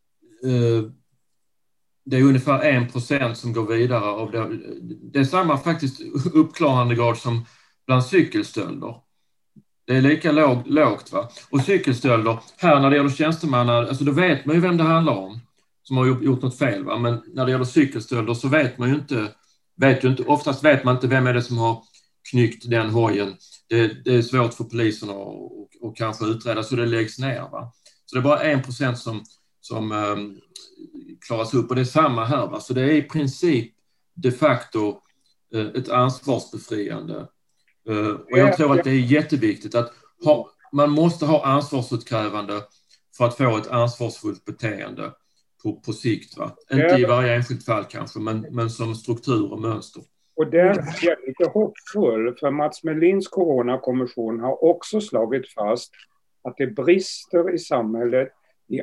uh, det är ungefär en procent som går vidare av det. Det är samma faktiskt uppklarande grad som bland cykelstölder. Det är lika låg, lågt va. Och cykelstölder, här när det gäller tjänstemanna, alltså då vet man ju vem det handlar om som har gjort något fel va. Men när det gäller cykelstölder så vet man ju inte, vet ju inte, oftast vet man inte vem är det som har knyckt den hojen. Det, det är svårt för polisen att och, och kanske utreda, så det läggs ner va. Så det är bara en procent som, som um, klaras upp, och det är samma här va. Så det är i princip de facto uh, ett ansvarsbefriande. Uh, och jag tror att det är jätteviktigt att ha, man måste ha ansvarsutkrävande för att få ett ansvarsfullt beteende på, på sikt va. Inte i varje enskilt fall kanske, men, men som struktur och mönster. Och där är jag lite hoppfull, för Mats Melins coronakommission har också slagit fast att det brister i samhället i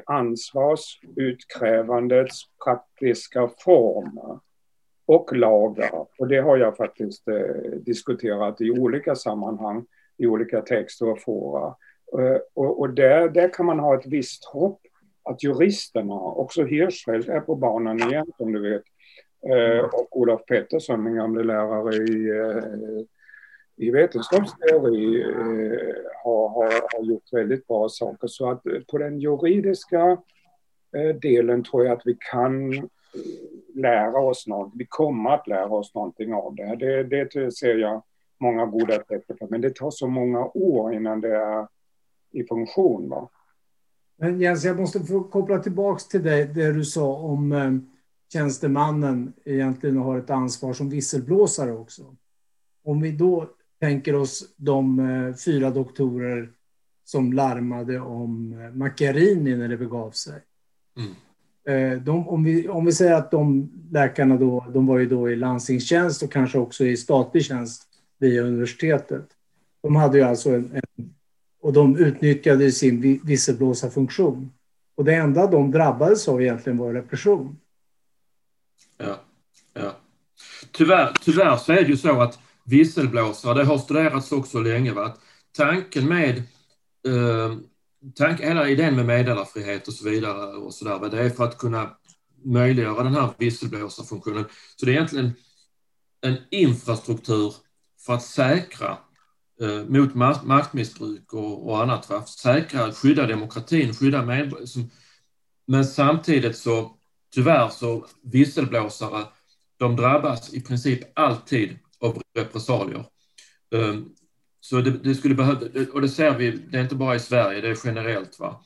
ansvarsutkrävandets praktiska former och lagar. Och det har jag faktiskt eh, diskuterat i olika sammanhang, i olika texter och fora. Eh, och och där, där kan man ha ett visst hopp att juristerna, också Hirschfeldt är på banan igen som du vet. Eh, och Olof Pettersson, min gamla lärare i, eh, i vetenskapsteori, eh, har, har, har gjort väldigt bra saker. Så att på den juridiska eh, delen tror jag att vi kan lära oss något. Vi kommer att lära oss någonting av det. Det, det ser jag många goda tecken på. Men det tar så många år innan det är i funktion. Va? Men Jens, jag måste få koppla tillbaka till dig, det du sa om eh, tjänstemannen egentligen har ett ansvar som visselblåsare också. Om vi då tänker oss de eh, fyra doktorer som larmade om eh, Macchiarini när det begav sig. Mm. Eh, de, om, vi, om vi säger att de läkarna då, de var ju då i landstingstjänst och kanske också i statlig tjänst via universitetet. De hade ju alltså en, en och de utnyttjade sin visselblåsarfunktion. Och det enda de drabbades av egentligen var repression. Ja, ja. Tyvärr, tyvärr så är det ju så att visselblåsare, det har studerats också länge va? Att tanken med eh, tank, hela idén med meddelarfrihet och så vidare och så där, det är för att kunna möjliggöra den här visselblåsarfunktionen. Så det är egentligen en infrastruktur för att säkra eh, mot maktmissbruk och, och annat va? Säkra, skydda demokratin, skydda medborgare. Men samtidigt så tyvärr så visselblåsare, de drabbas i princip alltid av repressalier. Så det, det skulle behöva, och det ser vi, det är inte bara i Sverige, det är generellt va.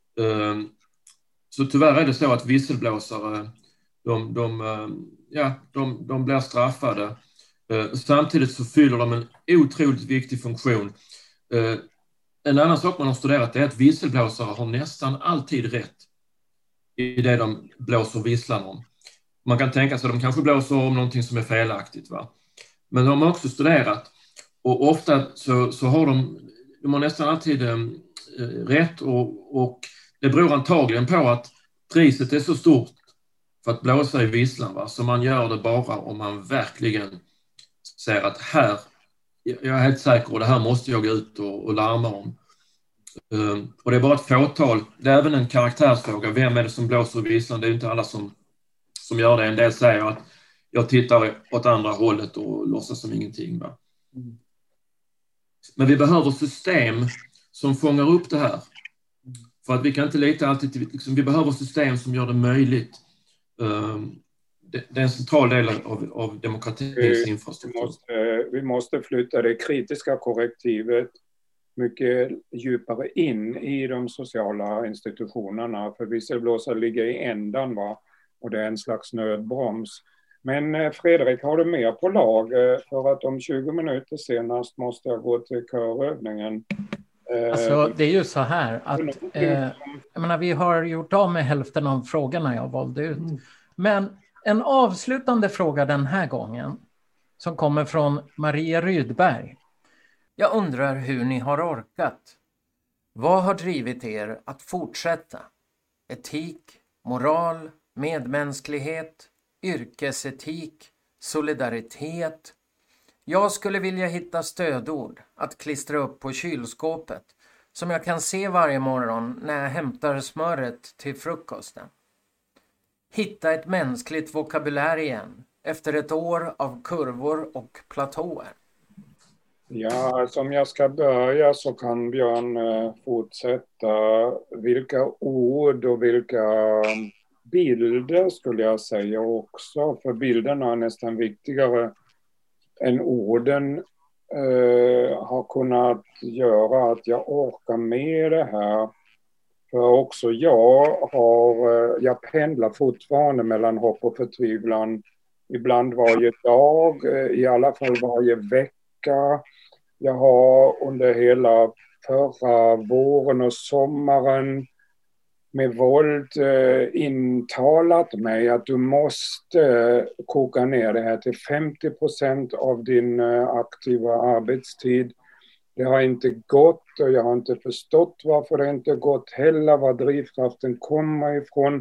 Så tyvärr är det så att visselblåsare, de, de, ja, de, de blir straffade. Samtidigt så fyller de en otroligt viktig funktion. En annan sak man har studerat är att visselblåsare har nästan alltid rätt i det de blåser visslan om. Man kan tänka sig att de kanske blåser om någonting som är felaktigt va. Men de har också studerat och ofta så, så har de, de har nästan alltid eh, rätt och, och det beror antagligen på att priset är så stort för att blåsa i visslan va. Så man gör det bara om man verkligen ser att här, jag är helt säker och det här måste jag gå ut och, och larma om. Um, och det är bara ett fåtal, det är även en karaktärsfråga, vem är det som blåser i visslan? Det är inte alla som, som gör det. En del säger att jag tittar åt andra hållet och låtsas som ingenting va? Mm. Men vi behöver system som fångar upp det här, för att vi kan inte lita alltid till, liksom, vi behöver system som gör det möjligt. Um, det, det är en central del av, av demokratins infrastruktur. Vi måste, vi måste flytta det kritiska korrektivet mycket djupare in i de sociala institutionerna, för visselblåsare ligger i ändan va? Och det är en slags nödbroms. Men Fredrik, har du mer på lag? För att om tjugo minuter senast måste jag gå till körövningen. Alltså, det är ju så här att eh, jag menar, vi har gjort av med hälften av frågorna jag valde ut. Mm. Men en avslutande fråga den här gången som kommer från Maria Rydberg. Jag undrar hur ni har orkat. Vad har drivit er att fortsätta? Etik, moral, medmänsklighet, yrkesetik, solidaritet. Jag skulle vilja hitta stödord att klistra upp på kylskåpet som jag kan se varje morgon när jag hämtar smöret till frukosten. Hitta ett mänskligt vokabulär igen efter ett år av kurvor och platåer. Ja, alltså om jag ska börja så kan Björn eh, fortsätta. Vilka ord och vilka bilder skulle jag säga också. För bilderna är nästan viktigare än orden. Eh, har kunnat göra att jag orkar med det här. För också jag har, eh, jag pendlar fortfarande mellan hopp och förtvivlan. Ibland varje dag, eh, i alla fall varje vecka. Jag har under hela förra våren och sommaren med våld eh, intalat mig att du måste eh, koka ner det här till femtio procent av din eh, aktiva arbetstid. Det har inte gått och jag har inte förstått varför det inte gått heller, var drivkraften kommer ifrån.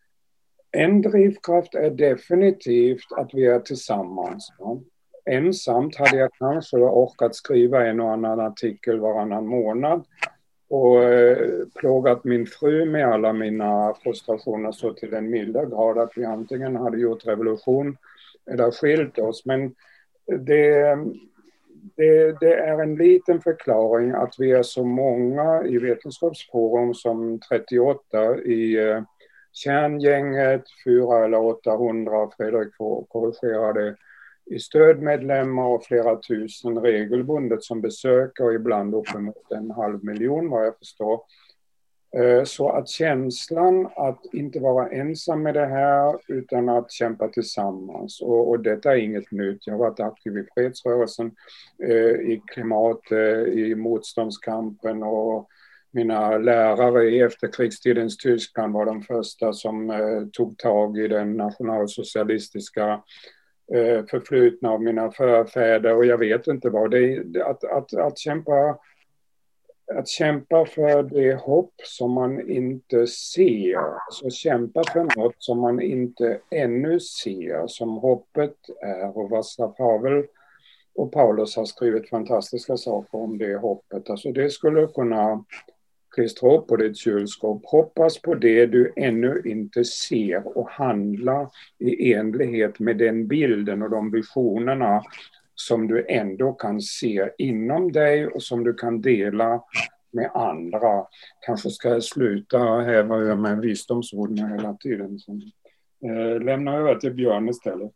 En drivkraft är definitivt att vi är tillsammans. Ja. Ensamt hade jag kanske orkat skriva en och annan artikel varannan månad och eh, plågat min fru med alla mina frustrationer så till den milda grad att vi antingen hade gjort revolution eller skilt oss. Men det, det, det är en liten förklaring att vi är så många i Vetenskapsforum som trettioåtta i eh, kärngänget, fyra eller åttahundra, Fredrik får korrigera det, i stödmedlemmar och flera tusen regelbundet som besöker och ibland uppemot en halv miljon vad jag förstår. Så att känslan att inte vara ensam med det här utan att kämpa tillsammans. Och, och detta är inget nytt. Jag har varit aktiv i fredsrörelsen, i klimat, i motståndskampen och mina lärare i efterkrigstidens Tyskland var de första som tog tag i den nationalsocialistiska förflutna av mina förfäder och jag vet inte vad det är, att, att, att, kämpa, att kämpa för det hopp som man inte ser, så kämpa för något som man inte ännu ser, som hoppet är, och Václav Havel och Paulus har skrivit fantastiska saker om det hoppet. Alltså det skulle kunna klistra upp på ditt kylskåp. Hoppas på det du ännu inte ser och handla i enlighet med den bilden och de visionerna som du ändå kan se inom dig och som du kan dela med andra. Kanske ska jag sluta häva över med visdomsord hela tiden. Så, eh, lämna över till Björn istället.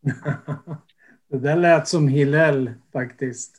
Det där lät som Hillel faktiskt.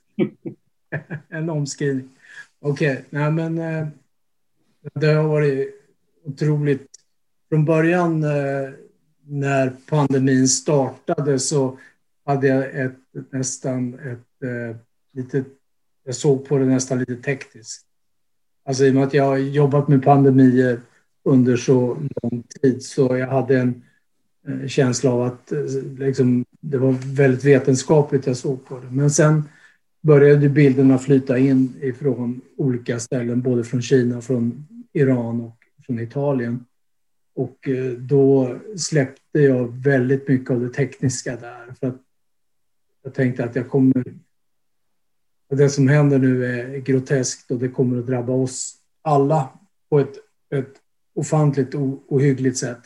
En omskrivning. Okej, okay, nej men eh, det har varit otroligt. Från början eh, när pandemin startade så hade jag ett, ett nästan ett eh, lite, jag såg på det nästan lite tekniskt. Alltså i och med att jag har jobbat med pandemier under så lång tid så jag hade en eh, känsla av att eh, liksom, det var väldigt vetenskapligt jag såg på det. Men sen började bilderna flyta in ifrån olika ställen, både från Kina, från Iran och från Italien. Och då släppte jag väldigt mycket av det tekniska där. För att jag tänkte att jag kommer... Det som händer nu är groteskt och det kommer att drabba oss alla på ett, ett ofantligt ohyggligt sätt.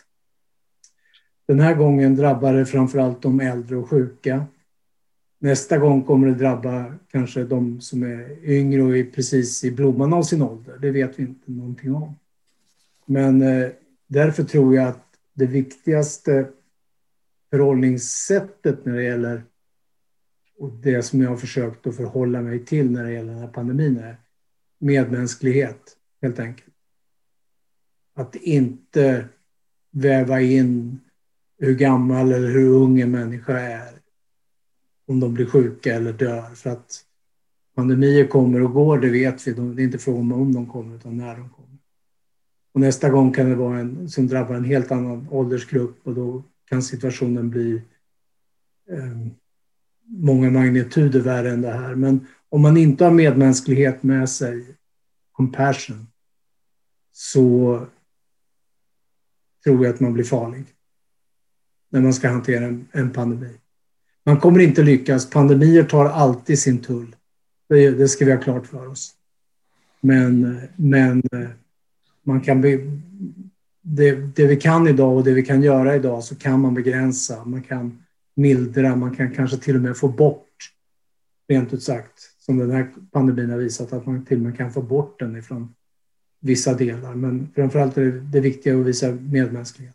Den här gången drabbar det framförallt de äldre och sjuka. Nästa gång kommer det drabba kanske de som är yngre och är precis i blomman av sin ålder. Det vet vi inte någonting om. Men eh, därför tror jag att det viktigaste förhållningssättet när det gäller, och det som jag har försökt att förhålla mig till när det gäller den här pandemin, är medmänsklighet helt enkelt. Att inte väva in hur gammal eller hur ung en människa är om de blir sjuka eller dör. För att Pandemier kommer och går, det vet vi. Det är inte fråga om om de kommer utan när de kommer. Och nästa gång kan det vara en som drabbar en helt annan åldersgrupp och då kan situationen bli eh, många magnituder värre än det här. Men om man inte har medmänsklighet med sig, compassion, så tror jag att man blir farlig när man ska hantera en, en pandemi. Man kommer inte lyckas. Pandemier tar alltid sin tull. Det, det ska vi ha klart för oss. Men, men man kan be, det, det vi kan idag och det vi kan göra idag, så kan man begränsa. Man kan mildra. Man kan kanske till och med få bort, rent ut sagt, som den här pandemin har visat, att man till och med kan få bort den ifrån vissa delar. Men framförallt är det, det viktiga att visa medmänsklighet.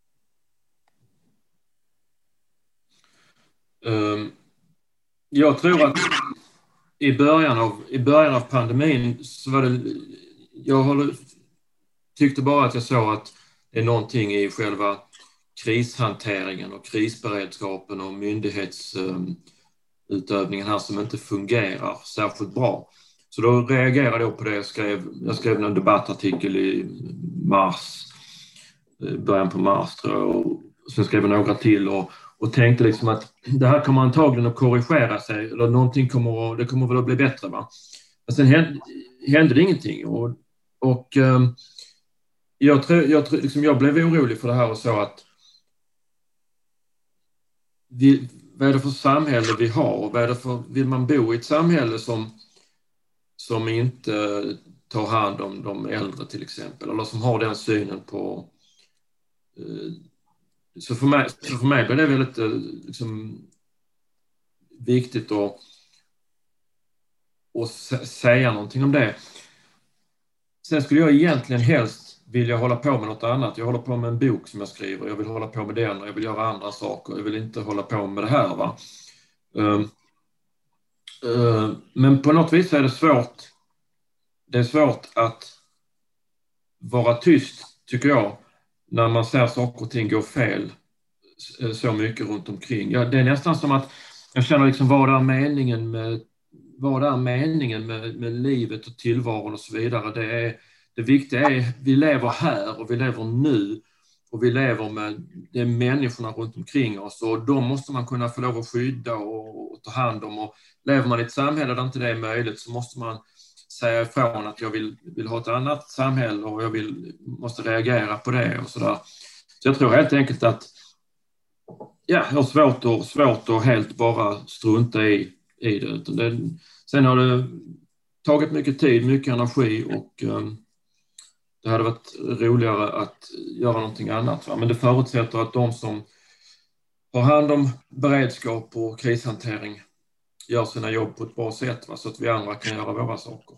Um, jag tror att i början av, i början av pandemin så var det, jag håller, tyckte bara att jag såg att det är någonting i själva krishanteringen och krisberedskapen och myndighetsutövningen um, här som inte fungerar särskilt bra. Så då reagerade jag på det. Jag skrev, jag skrev en debattartikel i mars, början på mars tror jag, och sen skrev jag några till och, och tänkte liksom att det här kommer antagligen att korrigera sig, eller någonting kommer, det kommer väl att bli bättre, va? Men sen hände, hände det ingenting och, och um, jag, tror, jag, liksom, jag blev orolig för det här och så att vi, vad är det för samhälle vi har? Vad är det för, vill man bo i ett samhälle som som inte tar hand om de äldre till exempel, eller som har den synen på... Så för mig, så för mig blir det väldigt liksom, viktigt att, att säga någonting om det. Sen skulle jag egentligen helst vilja hålla på med något annat. Jag håller på med en bok som jag skriver. Jag vill hålla på med den och jag vill göra andra saker. Jag vill inte hålla på med det här, va? Um, uh, men på något vis är det svårt. Det är svårt att vara tyst, tycker jag, när man ser saker och ting gå fel så mycket runt omkring. Ja, det är nästan som att jag känner liksom, vad är meningen med, vad är meningen med, med livet och tillvaron och så vidare. Det, är, det viktiga är vi lever här och vi lever nu och vi lever med de människorna runt omkring oss och de måste man kunna få lov att skydda och, och ta hand om. Och lever man i ett samhälle där inte det är möjligt så måste man säga ifrån att jag vill, vill ha ett annat samhälle och jag vill, måste reagera på det och sådär. Så jag tror helt enkelt att ja, jag har svårt att, svårt att helt bara strunta i, i det. det. Sen har det tagit mycket tid, mycket energi och um, det hade varit roligare att göra någonting annat. Va? Men det förutsätter att de som har hand om beredskap och krishantering gör sina jobb på ett bra sätt, va? Så att vi andra kan göra våra saker.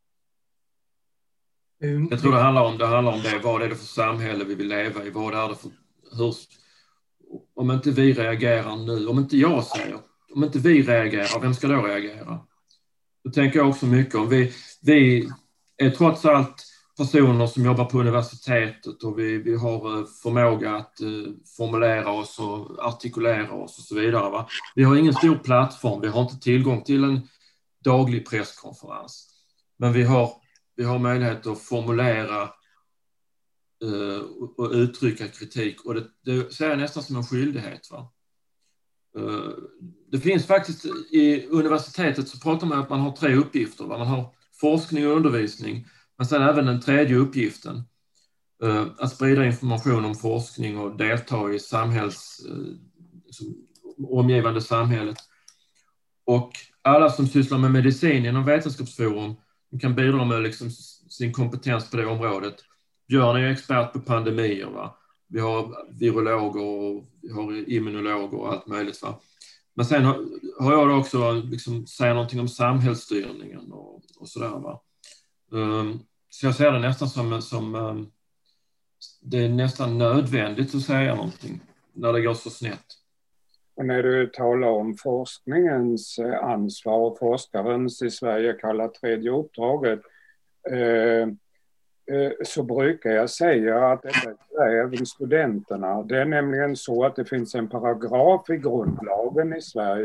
Mm. Jag tror det handlar om det, handlar om det. Vad är det för samhälle vi vill leva i? Vad är det för... Hur, om inte vi reagerar nu, om inte jag säger, om inte vi reagerar, vem ska då reagera? Då tänker jag också mycket om vi, vi är trots allt personer som jobbar på universitetet och vi, vi har förmåga att uh, formulera oss och artikulera oss och så vidare. Va? Vi har ingen stor plattform, vi har inte tillgång till en daglig presskonferens. Men vi har, vi har möjlighet att formulera uh, och, och uttrycka kritik och det, det ser jag nästan som en skyldighet. Va? Uh, det finns faktiskt i universitetet så pratar man om att man har tre uppgifter. Va? Man har forskning och undervisning. Men sen även den tredje uppgiften, uh, att sprida information om forskning och delta i samhälls, uh, liksom, omgivande samhället. Och alla som sysslar med medicin inom Vetenskapsforum kan bidra med liksom, sin kompetens på det området. Björn är expert på pandemier, va? Vi har virologer och vi har immunologer och allt möjligt. Va? Men sen har, har jag då också liksom, säga någonting om samhällsstyrningen och, och sådär, va? Um, så jag ser det nästan som, som um, det är nästan nödvändigt att säga någonting när det går så snett. Och när du talar om forskningens ansvar och forskarens i Sverige kallar tredje uppdraget eh, eh, så brukar jag säga att det är även studenterna. Det är nämligen så att det finns en paragraf i grundlagen i Sverige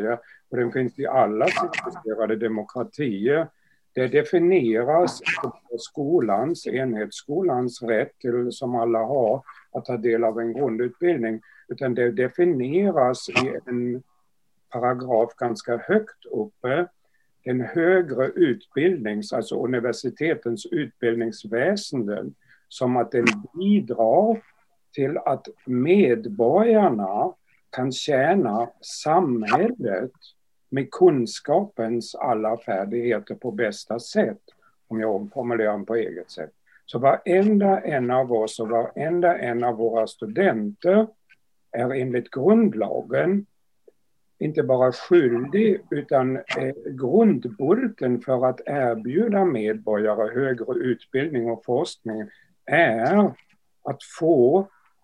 och den finns i alla civiliserade demokratier. Det definieras av skolans, enhetsskolans rätt till, som alla har, att ta del av en grundutbildning, utan det definieras i en paragraf ganska högt uppe, den högre utbildnings, alltså universitetens utbildningsväsenden, som att den bidrar till att medborgarna kan tjäna samhället med kunskapens alla färdigheter på bästa sätt, om jag formulerar dem på eget sätt. Så varenda en av oss och varenda en av våra studenter är enligt grundlagen inte bara skyldig utan eh, grundbulten för att erbjuda medborgare högre utbildning och forskning är att få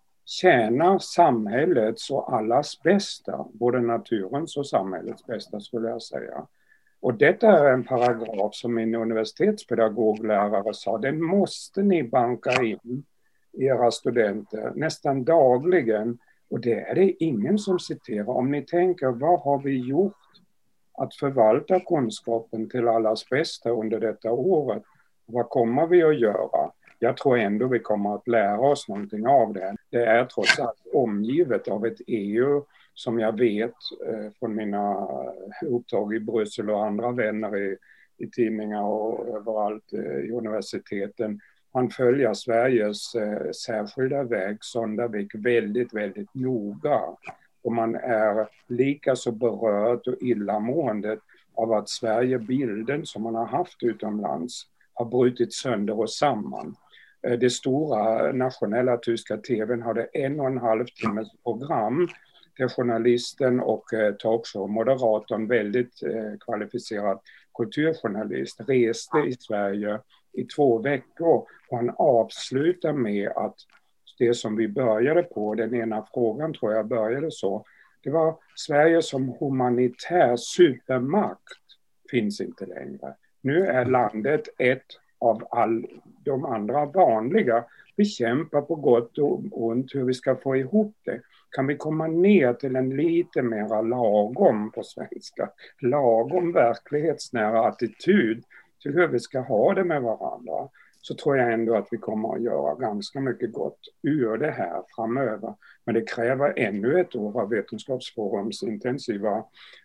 tjäna samhällets och allas bästa, både naturens och samhällets bästa skulle jag säga. Och detta är en paragraf som min universitetspedagoglärare sa, den måste ni banka in era studenter nästan dagligen. Och det är det ingen som citerar. Om ni tänker, vad har vi gjort att förvalta kunskapen till allas bästa under detta året? Vad kommer vi att göra? Jag tror ändå vi kommer att lära oss någonting av det. Det är trots allt omgivet av ett E U som jag vet eh, från mina upptag i Bryssel och andra vänner i, i tidningar och överallt eh, i universiteten. Man följer Sveriges eh, särskilda väg Sundavik väldigt, väldigt noga. Och man är lika så berörd och illamående av att Sverige, bilden som man har haft utomlands, har brutit sönder och samman. Eh, det stora nationella tyska tvn hade en och en halv timmes program där journalisten och eh, talkshow-moderatorn, väldigt eh, kvalificerad kulturjournalist, reste i Sverige i två veckor och han avslutar med att det som vi började på, den ena frågan tror jag började så, det var Sverige som humanitär supermakt finns inte längre. Nu är landet ett av all de andra vanliga. Vi kämpar på gott och ont hur vi ska få ihop det. Kan vi komma ner till en lite mera lagom på svenska, lagom verklighetsnära attityd till hur vi ska ha det med varandra, så tror jag ändå att vi kommer att göra ganska mycket gott ur det här framöver. Men det kräver ännu ett år av Vetenskapsforums intensiva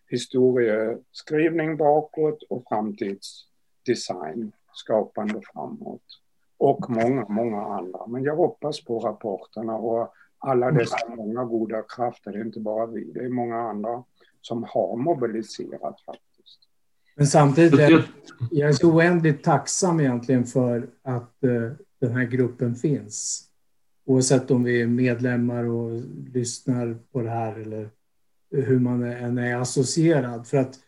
historieskrivning bakåt och framtidsdesign, skapande framåt. Och många, många andra. Men jag hoppas på rapporterna och alla dessa många goda krafter, det är inte bara vi, det är många andra som har mobiliserat faktiskt. Men samtidigt är jag så oändligt tacksam egentligen för att uh, den här gruppen finns. Oavsett om vi är medlemmar och lyssnar på det här eller hur man än är associerad. För att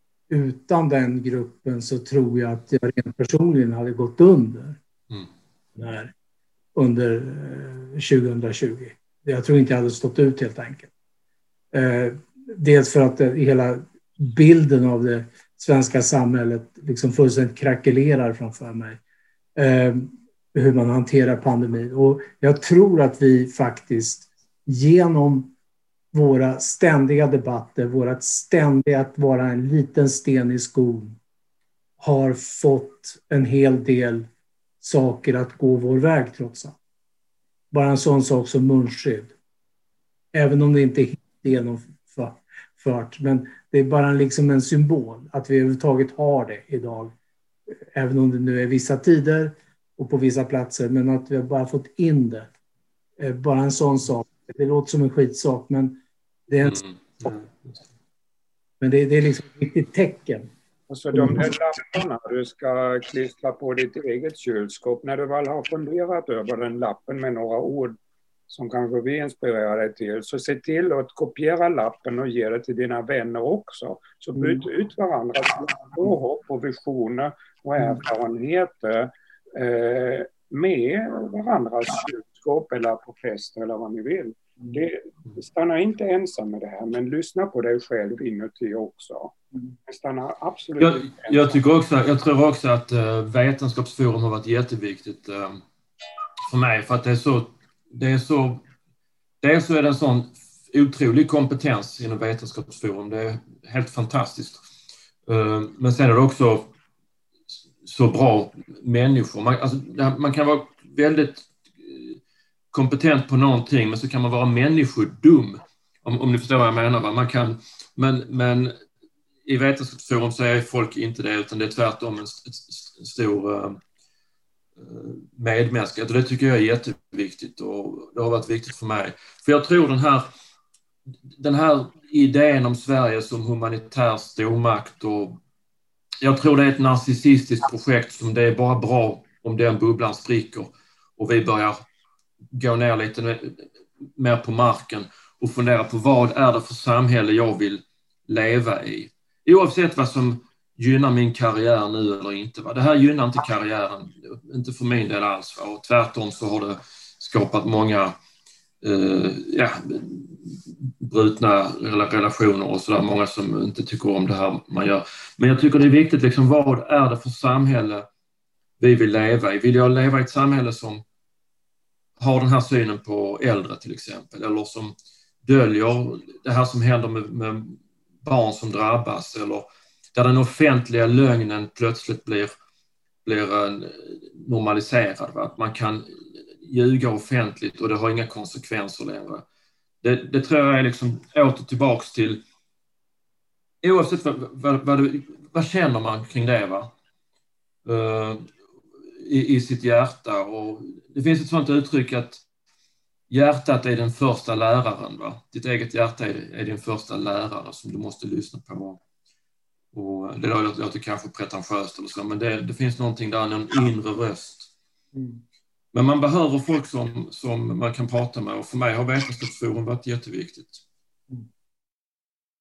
utan den gruppen så tror jag att jag rent personligen hade gått under. Mm. När, under uh, tjugohundratjugo. Jag tror inte jag hade stått ut helt enkelt. Uh, dels för att uh, hela bilden av det svenska samhället liksom fullständigt krackelerar framför mig. Eh, hur man hanterar pandemin. Och jag tror att vi faktiskt genom våra ständiga debatter, vårat ständiga att vara en liten sten i skon, har fått en hel del saker att gå vår väg trots allt. Bara en sån sak som munskydd. Även om det inte är helt genomfört. Men det är bara liksom en symbol att vi överhuvudtaget har det idag. Även om det nu är vissa tider och på vissa platser. Men att vi har bara fått in det. Bara en sån sak. Det låter som en skitsak, men det är en sak. Men det, det är liksom ett viktigt tecken. Alltså de där lapparna du ska klistra på ditt eget kylskåp. När du väl har funderat över den lappen med några ord som kanske vi inspirerar dig till, så se till att kopiera lappen och ge det till dina vänner också. Så byt mm. ut varandras påhopp och visioner och erfarenheter eh, med varandras kylskåp eller på fester eller vad ni vill. Det, stanna inte ensam med det här, men lyssna på dig själv inuti också. Stanna absolut jag, jag, tycker också, jag tror också att uh, Vetenskapsforum har varit jätteviktigt uh, för mig, för att det är så Det är så, dels så är det en sån otrolig kompetens inom Vetenskapsforum. Det är helt fantastiskt. Men sen är det också så bra människor. Man, alltså, man kan vara väldigt kompetent på någonting, men så kan man vara människodum. Om, om ni förstår vad jag menar. Va? Man kan, men, men i Vetenskapsforum så är folk inte det, utan det är tvärtom en, en stor uh, medmänsklighet. Och det tycker jag är jätteviktigt, och det har varit viktigt för mig. För jag tror den här, den här idén om Sverige som humanitär stormakt, och jag tror det är ett narcissistiskt projekt som det är bara bra om den bubblan spricker och vi börjar gå ner lite mer på marken och fundera på vad är det för samhälle jag vill leva i. Oavsett vad som gynnar min karriär nu eller inte. Va? Det här gynnar inte karriären, inte för min del alls. Va? Och tvärtom så har det skapat många eh, ja, brutna relationer och sådär. Många som inte tycker om det här man gör. Men jag tycker det är viktigt, liksom, vad är det för samhälle vi vill leva i? Vill jag leva i ett samhälle som har den här synen på äldre till exempel, eller som döljer det här som händer med, med barn som drabbas, eller där den offentliga lögnen plötsligt blir, blir normaliserad. Va? Att man kan ljuga offentligt och det har inga konsekvenser längre. Det, det tror jag är liksom åter tillbaks till, oavsett vad, vad, vad, vad känner man kring det, va? Uh, i, i sitt hjärta. Och det finns ett sånt uttryck att hjärtat är den första läraren. Va? Ditt eget hjärta är, är din första lärare som du måste lyssna på. Och det låter, låter kanske pretentiöst eller så, men det, det finns någonting där, en inre röst. Mm. Men man behöver folk som, som man kan prata med, och för mig har Vetenskapsforum varit jätteviktigt. Mm.